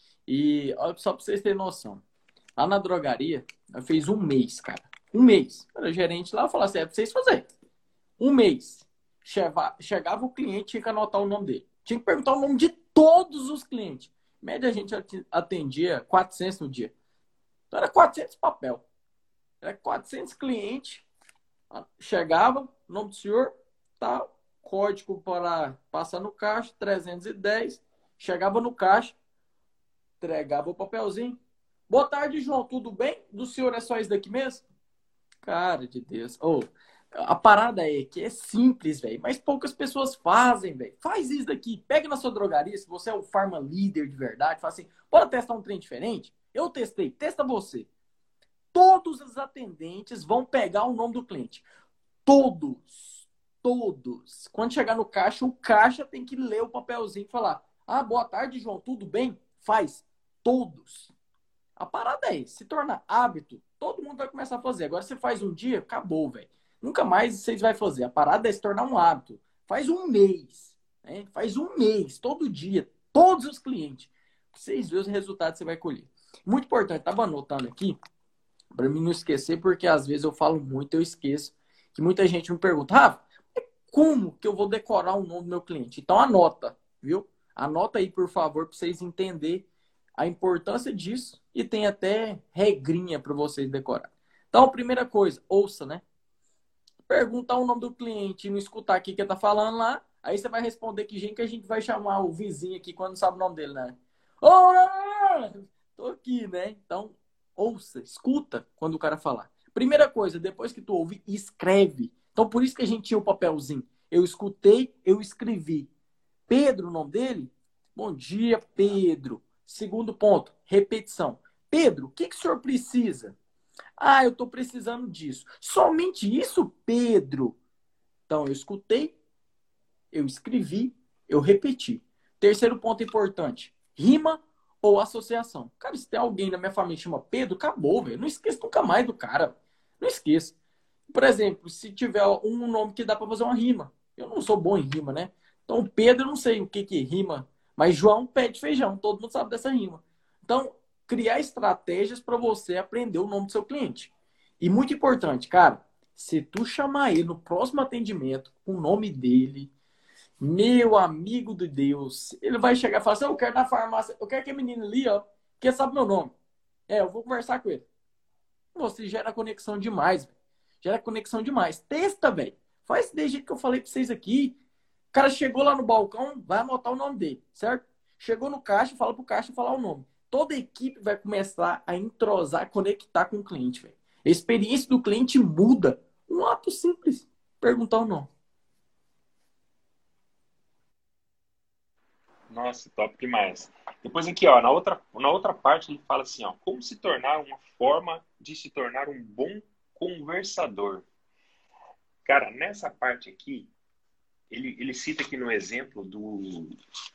[SPEAKER 2] E olha, só pra vocês terem noção. Lá na drogaria, eu fiz um mês, cara. Um mês. Eu era gerente lá, eu falava assim, é pra vocês fazerem. Um mês. Chegava, chegava o cliente, tinha que anotar o nome dele. Tinha que perguntar o nome de todos os clientes. Em média, a gente atendia quatrocentos no dia. Então, era quatrocentos papel. Era quatrocentos clientes. Chegava, nome do senhor, tal, código para passar no caixa, trezentos e dez. Chegava no caixa, entregava o papelzinho. Boa tarde, João, tudo bem? Do senhor é só isso daqui mesmo? Cara de Deus. Oh, a parada é que é simples, velho, mas poucas pessoas fazem, velho. Faz isso daqui. Pega na sua drogaria, se você é o Pharma Líder de verdade, fala assim, bora testar um trem diferente? Eu testei, testa você. Todos os atendentes vão pegar o nome do cliente. Todos. Todos. Quando chegar no caixa, o caixa tem que ler o papelzinho e falar, ah, boa tarde, João, tudo bem? Faz. Todos. A parada é se torna hábito, todo mundo vai começar a fazer. Agora você faz um dia, acabou, velho. Nunca mais vocês vão fazer. A parada é se tornar um hábito. Faz um mês, né? Faz um mês, todo dia, todos os clientes. Vocês veem os resultados que você vai colher. Muito importante, tava anotando aqui, para mim não esquecer, porque às vezes eu falo muito, eu esqueço. Que muita gente me pergunta, Rafa, como que eu vou decorar o nome do meu cliente? Então anota, viu? Anota aí, por favor, para vocês entenderem a importância disso e tem até regrinha para vocês decorar. Então, primeira coisa, ouça, né? Perguntar o nome do cliente e não escutar aqui que ele tá falando lá, aí você vai responder que gente que a gente vai chamar o vizinho aqui quando não sabe o nome dele, né? Ô, oh, tô aqui, né? Então, ouça, escuta quando o cara falar. Primeira coisa, depois que tu ouve, escreve. Então, por isso que a gente tinha o papelzinho. Eu escutei, eu escrevi. Pedro, o nome dele? Bom dia, Pedro. Segundo ponto, repetição. Pedro, o que, que o senhor precisa? Ah, eu estou precisando disso. Somente isso, Pedro? Então, eu escutei, eu escrevi, eu repeti. Terceiro ponto importante, rima ou associação. Cara, se tem alguém na minha família que chama Pedro, acabou, velho. Não esqueça nunca mais do cara. Não esqueça. Por exemplo, se tiver um nome que dá para fazer uma rima. Eu não sou bom em rima, né? Então, Pedro, eu não sei o que que rima, mas João pede feijão. Todo mundo sabe dessa rima. Então, criar estratégias para você aprender o nome do seu cliente. E muito importante, cara, se tu chamar ele no próximo atendimento com o nome dele, meu amigo de Deus, ele vai chegar e falar assim, eu quero na farmácia, eu quero que a menina ali, ó, que sabe meu nome. É, eu vou conversar com ele. Você gera conexão demais, velho. Gera conexão demais. Testa, velho. Faz desse jeito que eu falei pra vocês aqui. O cara chegou lá no balcão, vai anotar o nome dele, certo? Chegou no caixa, fala pro caixa falar o nome. Toda a equipe vai começar a entrosar, conectar com o cliente, velho. A experiência do cliente muda. Um ato simples. Perguntar o nome.
[SPEAKER 3] Nossa, top demais. Depois aqui, ó, na outra, na outra parte ele fala assim, ó, como se tornar uma forma de se tornar um bom conversador. Cara, nessa parte aqui, ele, ele cita aqui no exemplo do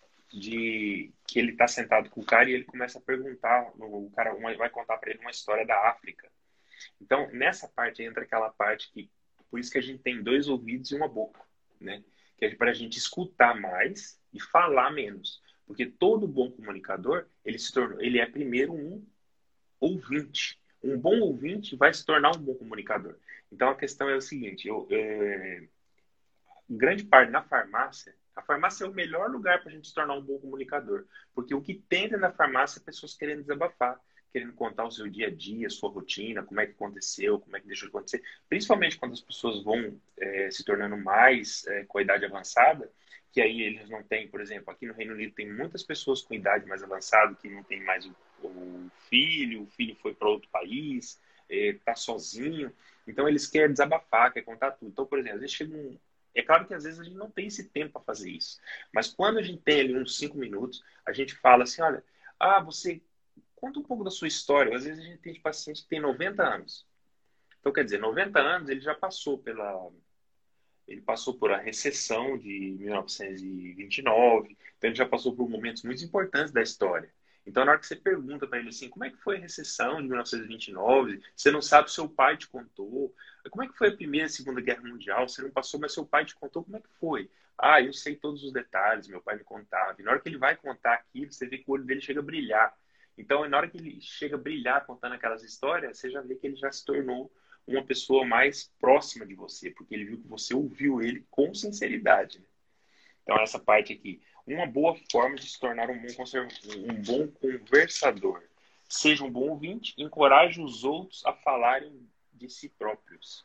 [SPEAKER 3] de que ele tá sentado com o cara e ele começa a perguntar, o cara vai contar para ele uma história da África. Então, nessa parte entra aquela parte que, por isso que a gente tem dois ouvidos e uma boca, né? Que é para a gente escutar mais e falar menos. Porque todo bom comunicador, ele se tornou, ele é primeiro um ouvinte. Um bom ouvinte vai se tornar um bom comunicador. Então, a questão é o seguinte, eu, é, grande parte na farmácia, a farmácia é o melhor lugar para a gente se tornar um bom comunicador. Porque o que tem dentro da farmácia é pessoas querendo desabafar, querendo contar o seu dia a dia, sua rotina, como é que aconteceu, como é que deixou de acontecer. Principalmente quando as pessoas vão é, se tornando mais é, com a idade avançada, que aí eles não têm, por exemplo, aqui no Reino Unido tem muitas pessoas com idade mais avançada que não tem mais o, o filho, o filho foi para outro país, está é, sozinho. Então eles querem desabafar, querem contar tudo. Então, por exemplo, às vezes chega um... É claro que às vezes a gente não tem esse tempo para fazer isso. Mas quando a gente tem ali uns cinco minutos, a gente fala assim, olha, ah, você... Conta um pouco da sua história. Às vezes a gente tem paciente que tem noventa anos. Então, quer dizer, noventa anos ele já passou pela... Ele passou por a recessão de mil novecentos e vinte e nove. Então, ele já passou por momentos muito importantes da história. Então, na hora que você pergunta para ele assim, como é que foi a recessão de mil novecentos e vinte e nove? Você não sabe, seu pai te contou. Como é que foi a Primeira e Segunda Guerra Mundial? Você não passou, mas seu pai te contou. Como é que foi? Ah, eu sei todos os detalhes, meu pai me contava. E na hora que ele vai contar aquilo, você vê que o olho dele chega a brilhar. Então, na hora que ele chega a brilhar contando aquelas histórias, você já vê que ele já se tornou uma pessoa mais próxima de você, porque ele viu que você ouviu ele com sinceridade. Então, essa parte aqui. Uma boa forma de se tornar um bom, um bom conversador. Seja um bom ouvinte, encoraje os outros a falarem de si próprios.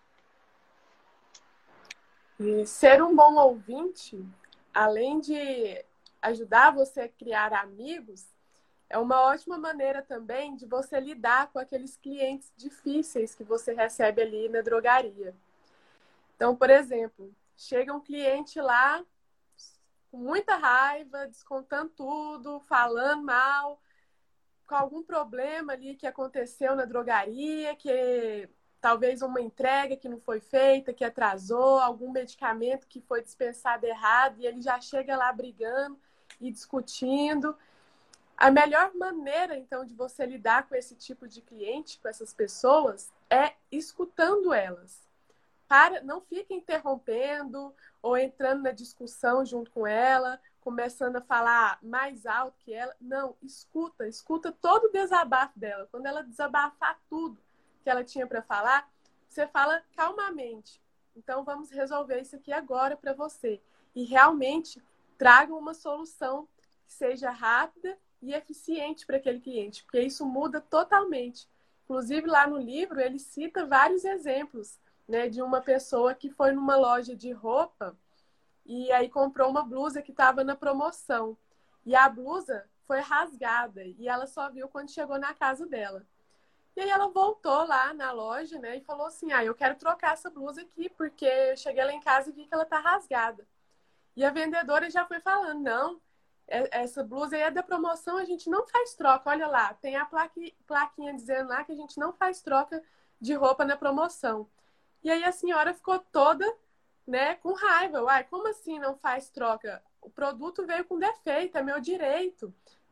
[SPEAKER 1] E ser um bom ouvinte, além de ajudar você a criar amigos, é uma ótima maneira também de você lidar com aqueles clientes difíceis que você recebe ali na drogaria. Então, por exemplo, chega um cliente lá com muita raiva, descontando tudo, falando mal, com algum problema ali que aconteceu na drogaria, que talvez uma entrega que não foi feita, que atrasou, algum medicamento que foi dispensado errado, e ele já chega lá brigando e discutindo. A melhor maneira, então, de você lidar com esse tipo de cliente, com essas pessoas, é escutando elas. Para, não fique interrompendo ou entrando na discussão junto com ela, começando a falar mais alto que ela. Não, escuta, escuta todo o desabafo dela. Quando ela desabafar tudo que ela tinha para falar, você fala calmamente. Então, vamos resolver isso aqui agora para você. E realmente traga uma solução que seja rápida e eficiente para aquele cliente, porque isso muda totalmente. Inclusive, lá no livro, ele cita vários exemplos, né, de uma pessoa que foi numa loja de roupa e aí comprou uma blusa que estava na promoção. E a blusa foi rasgada e ela só viu quando chegou na casa dela. E aí ela voltou lá na loja, né, e falou assim, ah, eu quero trocar essa blusa aqui, porque eu cheguei lá em casa e vi que ela tá rasgada. E a vendedora já foi falando, não, essa blusa aí é da promoção, a gente não faz troca. Olha lá, tem a plaqui, plaquinha dizendo lá que a gente não faz troca de roupa na promoção. E aí a senhora ficou toda, né, com raiva. Uai, como assim não faz troca? O produto veio com defeito, é meu direito.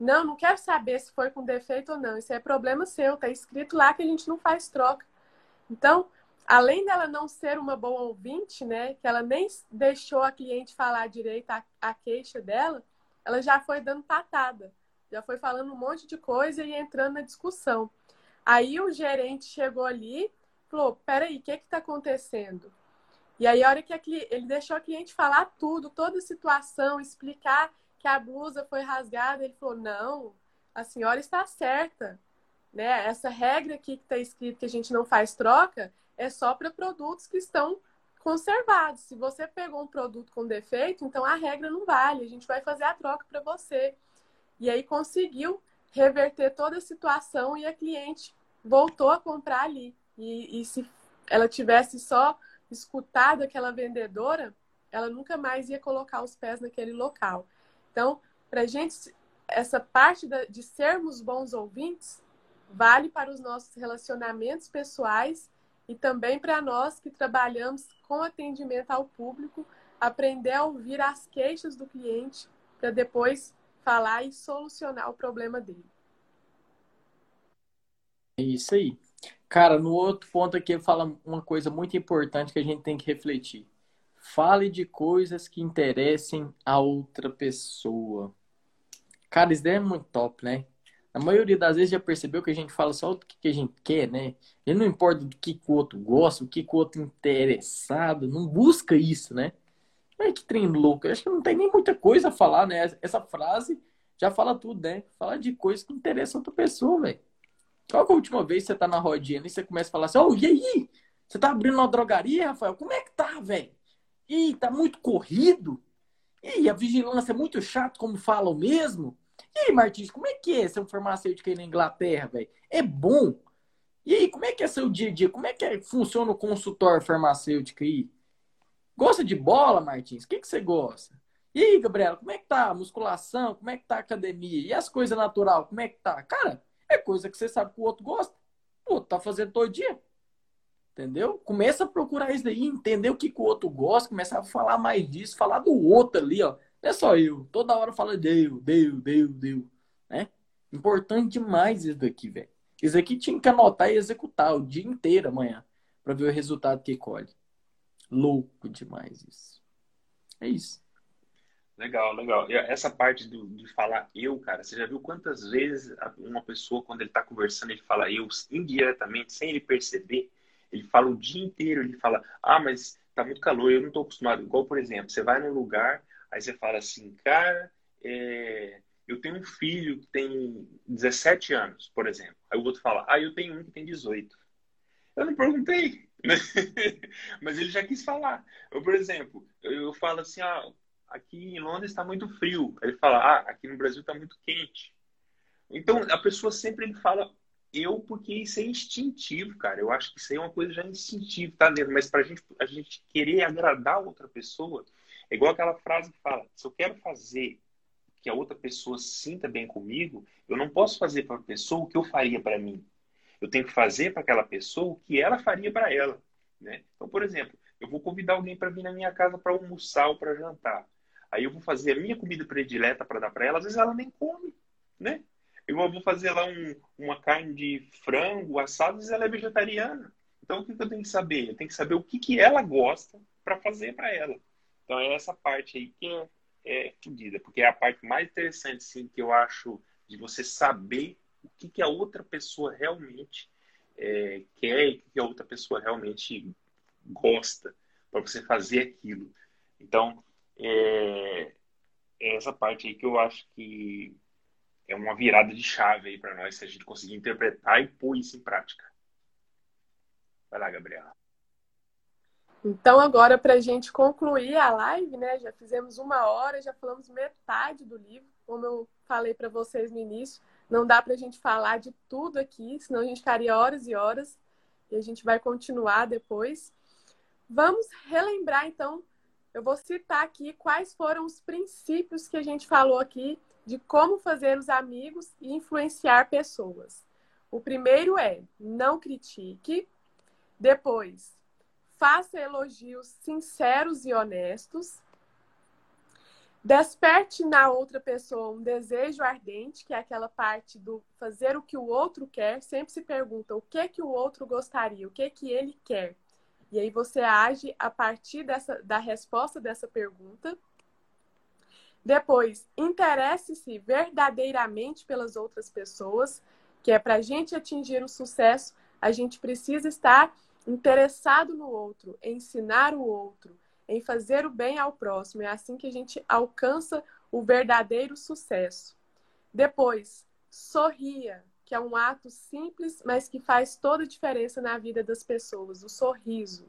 [SPEAKER 1] Não, não quero saber se foi com defeito ou não. Isso é problema seu. Tá escrito lá que a gente não faz troca. Então, além dela não ser uma boa ouvinte, né, que ela nem deixou a cliente falar direito a, a queixa dela, ela já foi dando patada, já foi falando um monte de coisa e entrando na discussão. Aí o gerente chegou ali e falou, peraí, o que que tá acontecendo? E aí a hora que a, ele deixou a cliente falar tudo, toda a situação, explicar que a blusa foi rasgada, ele falou, não, a senhora está certa. Né? Essa regra aqui que está escrito que a gente não faz troca é só para produtos que estão conservados. Se você pegou um produto com defeito, então a regra não vale. A gente vai fazer a troca para você. E aí conseguiu reverter toda a situação e a cliente voltou a comprar ali. E, e se ela tivesse só escutado aquela vendedora, ela nunca mais ia colocar os pés naquele local. Então, para a gente, essa parte de sermos bons ouvintes vale para os nossos relacionamentos pessoais e também para nós que trabalhamos com atendimento ao público, aprender a ouvir as queixas do cliente para depois falar e solucionar o problema dele.
[SPEAKER 2] É isso aí. Cara, no outro ponto aqui ele fala uma coisa muito importante que a gente tem que refletir. Fale de coisas que interessem a outra pessoa. Cara, isso daí é muito top, né? A maioria das vezes já percebeu que a gente fala só do que a gente quer, né? E não importa do que o outro gosta, o que o outro é interessado, não busca isso, né? Ai, que trem louco. Eu acho que não tem nem muita coisa a falar, né? Essa frase já fala tudo, né? Fala de coisas que interessam outra pessoa, velho. Qual que é a última vez que você tá na rodinha e você começa a falar assim, oh, e aí? Você tá abrindo uma drogaria, Rafael? Como é que tá, velho? Ih, tá muito corrido? Ih, a vigilância é muito chato, como falam mesmo? E aí, Martins, como é que é ser um farmacêutico aí na Inglaterra, velho? É bom? E aí, como é que é seu dia a dia? Como é que é, funciona o consultório farmacêutico aí? Gosta de bola, Martins? O que, que você gosta? E aí, Gabriela, como é que tá a musculação? Como é que tá a academia? E as coisas natural, como é que tá? Cara, é coisa que você sabe que o outro gosta. O outro tá fazendo todo dia. Entendeu? Começa a procurar isso daí, entender o que, que o outro gosta, começar a falar mais disso, falar do outro ali, ó. Não é só eu. Toda hora fala Deus, Deus, Deus, Deus. Né? Importante demais isso daqui, velho. Isso aqui tinha que anotar e executar o dia inteiro amanhã para ver o resultado que colhe. Louco demais isso. É isso.
[SPEAKER 3] Legal, legal. E essa parte do, de falar eu, cara, você já viu quantas vezes uma pessoa, quando ele tá conversando, ele fala eu indiretamente, sem ele perceber? Ele fala o dia inteiro, ele fala, ah, mas tá muito calor, eu não tô acostumado. Igual, por exemplo, você vai num lugar, aí você fala assim, cara, é... eu tenho um filho que tem dezessete anos, por exemplo. Aí o outro fala, ah, eu tenho um que tem dezoito. Eu não perguntei, né? Mas ele já quis falar. Eu, por exemplo, eu, eu falo assim, ah, aqui em Londres está muito frio. Ele fala, ah, aqui no Brasil está muito quente. Então, a pessoa sempre ele fala eu, porque isso é instintivo, cara. Eu acho que isso aí é uma coisa já instintiva, tá dentro. Mas pra gente, a gente querer agradar a outra pessoa, é igual aquela frase que fala, se eu quero fazer que a outra pessoa se sinta bem comigo, eu não posso fazer para a pessoa o que eu faria para mim. Eu tenho que fazer para aquela pessoa o que ela faria para ela, né? Então, por exemplo, eu vou convidar alguém para vir na minha casa para almoçar ou para jantar. Aí eu vou fazer a minha comida predileta para dar para ela, às vezes ela nem come, né? Eu vou fazer lá um, uma carne de frango assado, às vezes ela é vegetariana. Então, o que eu tenho que saber? Eu tenho que saber o que, que ela gosta para fazer para ela. Então, é essa parte aí que é, é fodida, porque é a parte mais interessante, sim, que eu acho de você saber o que, que a outra pessoa realmente é, quer e o que, que a outra pessoa realmente gosta para você fazer aquilo. Então, é, é essa parte aí que eu acho que é uma virada de chave aí para nós, se a gente conseguir interpretar e pôr isso em prática. Vai lá, Gabriela.
[SPEAKER 1] Então, agora, para a gente concluir a live, né? Já fizemos uma hora, já falamos metade do livro. Como eu falei para vocês no início, não dá para a gente falar de tudo aqui, senão a gente ficaria horas e horas. E a gente vai continuar depois. Vamos relembrar, então, eu vou citar aqui quais foram os princípios que a gente falou aqui de como fazer os amigos e influenciar pessoas. O primeiro é, não critique. Depois, faça elogios sinceros e honestos. Desperte na outra pessoa um desejo ardente, que é aquela parte do fazer o que o outro quer. Sempre se pergunta o que que o outro gostaria, o que que ele quer. E aí você age a partir dessa, da resposta dessa pergunta. Depois, interesse-se verdadeiramente pelas outras pessoas, que é para a gente atingir o sucesso, a gente precisa estar interessado no outro, em ensinar o outro, em fazer o bem ao próximo. É assim que a gente alcança o verdadeiro sucesso. Depois, sorria, que é um ato simples, mas que faz toda a diferença na vida das pessoas, o sorriso.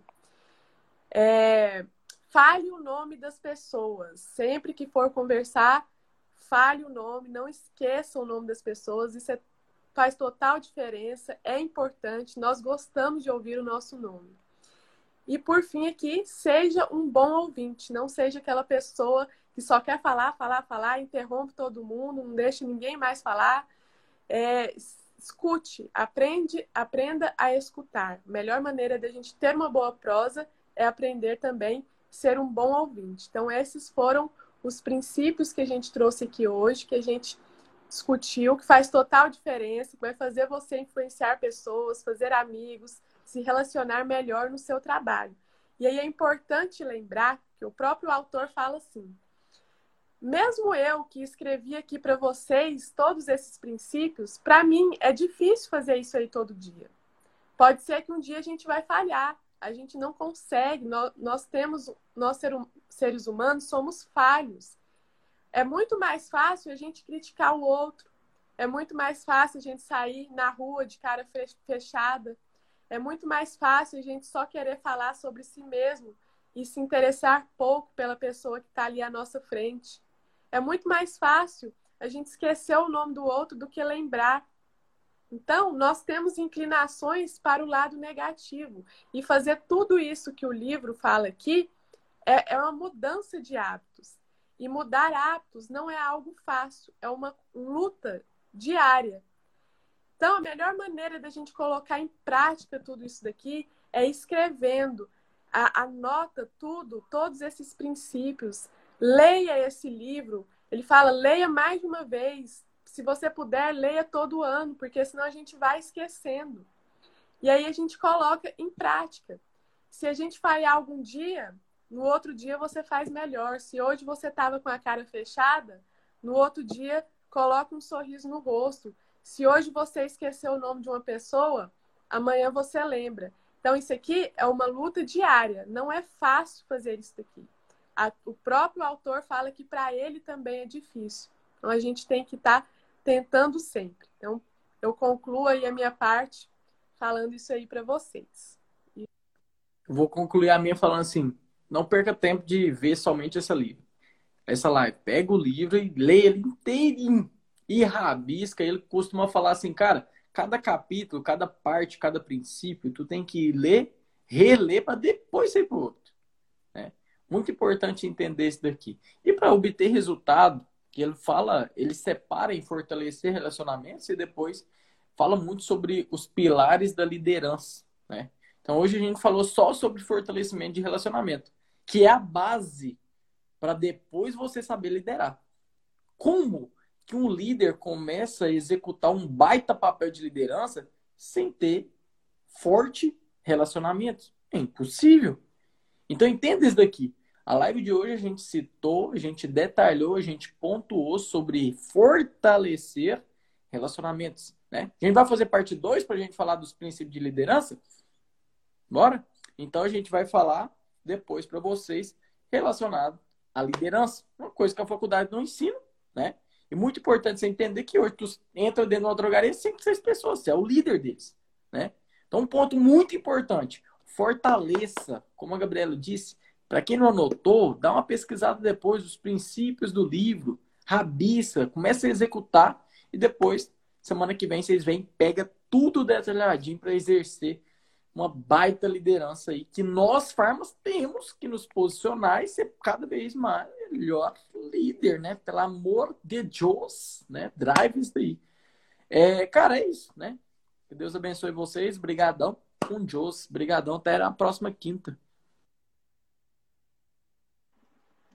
[SPEAKER 1] É... Fale o nome das pessoas. Sempre que for conversar, fale o nome, não esqueça o nome das pessoas. Isso é, faz total diferença, é importante. Nós gostamos de ouvir o nosso nome. E por fim aqui, seja um bom ouvinte. Não seja aquela pessoa que só quer falar, falar, falar, interrompe todo mundo, não deixa ninguém mais falar. É, escute, aprende, aprenda a escutar. A melhor maneira da gente ter uma boa prosa é aprender também ser um bom ouvinte. Então, esses foram os princípios que a gente trouxe aqui hoje, que a gente discutiu, que faz total diferença, que vai fazer você influenciar pessoas, fazer amigos, se relacionar melhor no seu trabalho. E aí é importante lembrar que o próprio autor fala assim: mesmo eu que escrevi aqui para vocês todos esses princípios, para mim é difícil fazer isso aí todo dia. Pode ser que um dia a gente vai falhar. A gente não consegue, nós, nós temos, nós seres humanos somos falhos. É muito mais fácil a gente criticar o outro. É muito mais fácil a gente sair na rua de cara fechada. É muito mais fácil a gente só querer falar sobre si mesmo e se interessar pouco pela pessoa que está ali à nossa frente. É muito mais fácil a gente esquecer o nome do outro do que lembrar. Então, nós temos inclinações para o lado negativo. E fazer tudo isso que o livro fala aqui é, é uma mudança de hábitos. E mudar hábitos não é algo fácil, é uma luta diária. Então, a melhor maneira da gente colocar em prática tudo isso daqui é escrevendo. A, anota tudo, todos esses princípios. Leia esse livro. Ele fala, leia mais de uma vez. Se você puder, leia todo ano, porque senão a gente vai esquecendo. E aí a gente coloca em prática. Se a gente falhar algum dia, no outro dia você faz melhor. Se hoje você estava com a cara fechada, no outro dia coloca um sorriso no rosto. Se hoje você esqueceu o nome de uma pessoa, amanhã você lembra. Então isso aqui é uma luta diária. Não é fácil fazer isso daqui. A, o próprio autor fala que para ele também é difícil. Então a gente tem que estar... Tá tentando sempre. Então, eu concluo aí a minha parte falando isso aí para vocês.
[SPEAKER 2] Eu vou concluir a minha falando assim, não perca tempo de ver somente essa livro. Essa live. Pega o livro e lê ele inteirinho. E rabisca. Ele costuma falar assim, cara, cada capítulo, cada parte, cada princípio, tu tem que ler, reler para depois ir pro outro. Né? Muito importante entender isso daqui. E para obter resultado, que ele fala, ele separa em fortalecer relacionamentos e depois fala muito sobre os pilares da liderança, né? Então hoje a gente falou só sobre fortalecimento de relacionamento, que é a base para depois você saber liderar. Como que um líder começa a executar um baita papel de liderança sem ter forte relacionamentos? É impossível. Então entenda isso daqui. A live de hoje a gente citou, a gente detalhou, a gente pontuou sobre fortalecer relacionamentos, né? A gente vai fazer parte dois para a gente falar dos princípios de liderança? Bora? Então a gente vai falar depois para vocês relacionado à liderança. Uma coisa que a faculdade não ensina, né? E muito importante você entender que hoje tu entra dentro de uma drogaria cinco, seis pessoas, você é o líder deles, né? Então um ponto muito importante, fortaleça, como a Gabriela disse. Para quem não anotou, dá uma pesquisada depois dos princípios do livro, rabisca, começa a executar e depois, semana que vem, vocês vêm, pega tudo detalhadinho para exercer uma baita liderança aí, que nós, farmas, temos que nos posicionar e ser cada vez mais melhor líder, né? Pelo amor de Deus, né? Drive isso daí. É, cara, é isso, né? Que Deus abençoe vocês. Brigadão com Deus. Brigadão. Até a próxima quinta.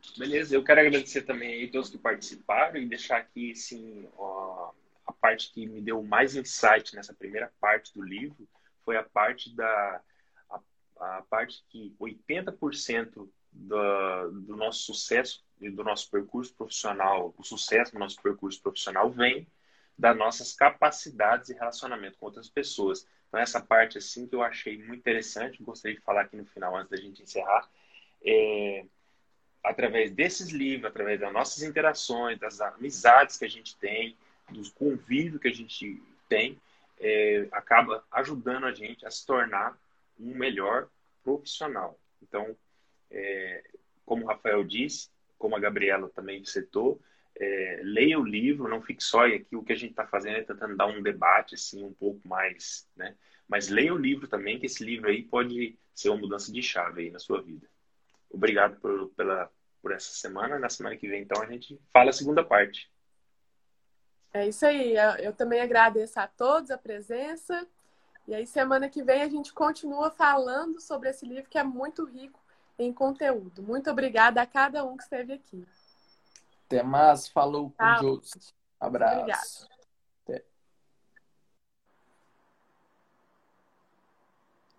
[SPEAKER 3] Beleza, eu quero agradecer também aí todos que participaram e deixar aqui, assim, ó, a parte que me deu mais insight nessa primeira parte do livro foi a parte da a, a parte que oitenta por cento do, do nosso sucesso e do nosso percurso profissional, o sucesso do nosso percurso profissional vem das nossas capacidades de relacionamento com outras pessoas. Então, essa parte, assim, que eu achei muito interessante, gostaria de falar aqui no final, antes da gente encerrar, é, através desses livros, através das nossas interações, das amizades que a gente tem, dos convívios que a gente tem, é, acaba ajudando a gente a se tornar um melhor profissional. Então, é, como o Rafael disse, como a Gabriela também citou, é, leia o livro, não fique só, e aqui o que a gente está fazendo é tentando dar um debate assim, um pouco mais, né? Mas leia o livro também, que esse livro aí pode ser uma mudança de chave aí na sua vida. Obrigado por, pela, por essa semana. Na semana que vem, então, a gente fala a segunda parte.
[SPEAKER 1] É isso aí. Eu também agradeço a todos a presença. E aí, semana que vem, a gente continua falando sobre esse livro que é muito rico em conteúdo. Muito obrigada a cada um que esteve aqui.
[SPEAKER 2] Até mais. Falou com
[SPEAKER 1] Tchau.
[SPEAKER 2] Deus. Abraço.
[SPEAKER 1] Obrigada.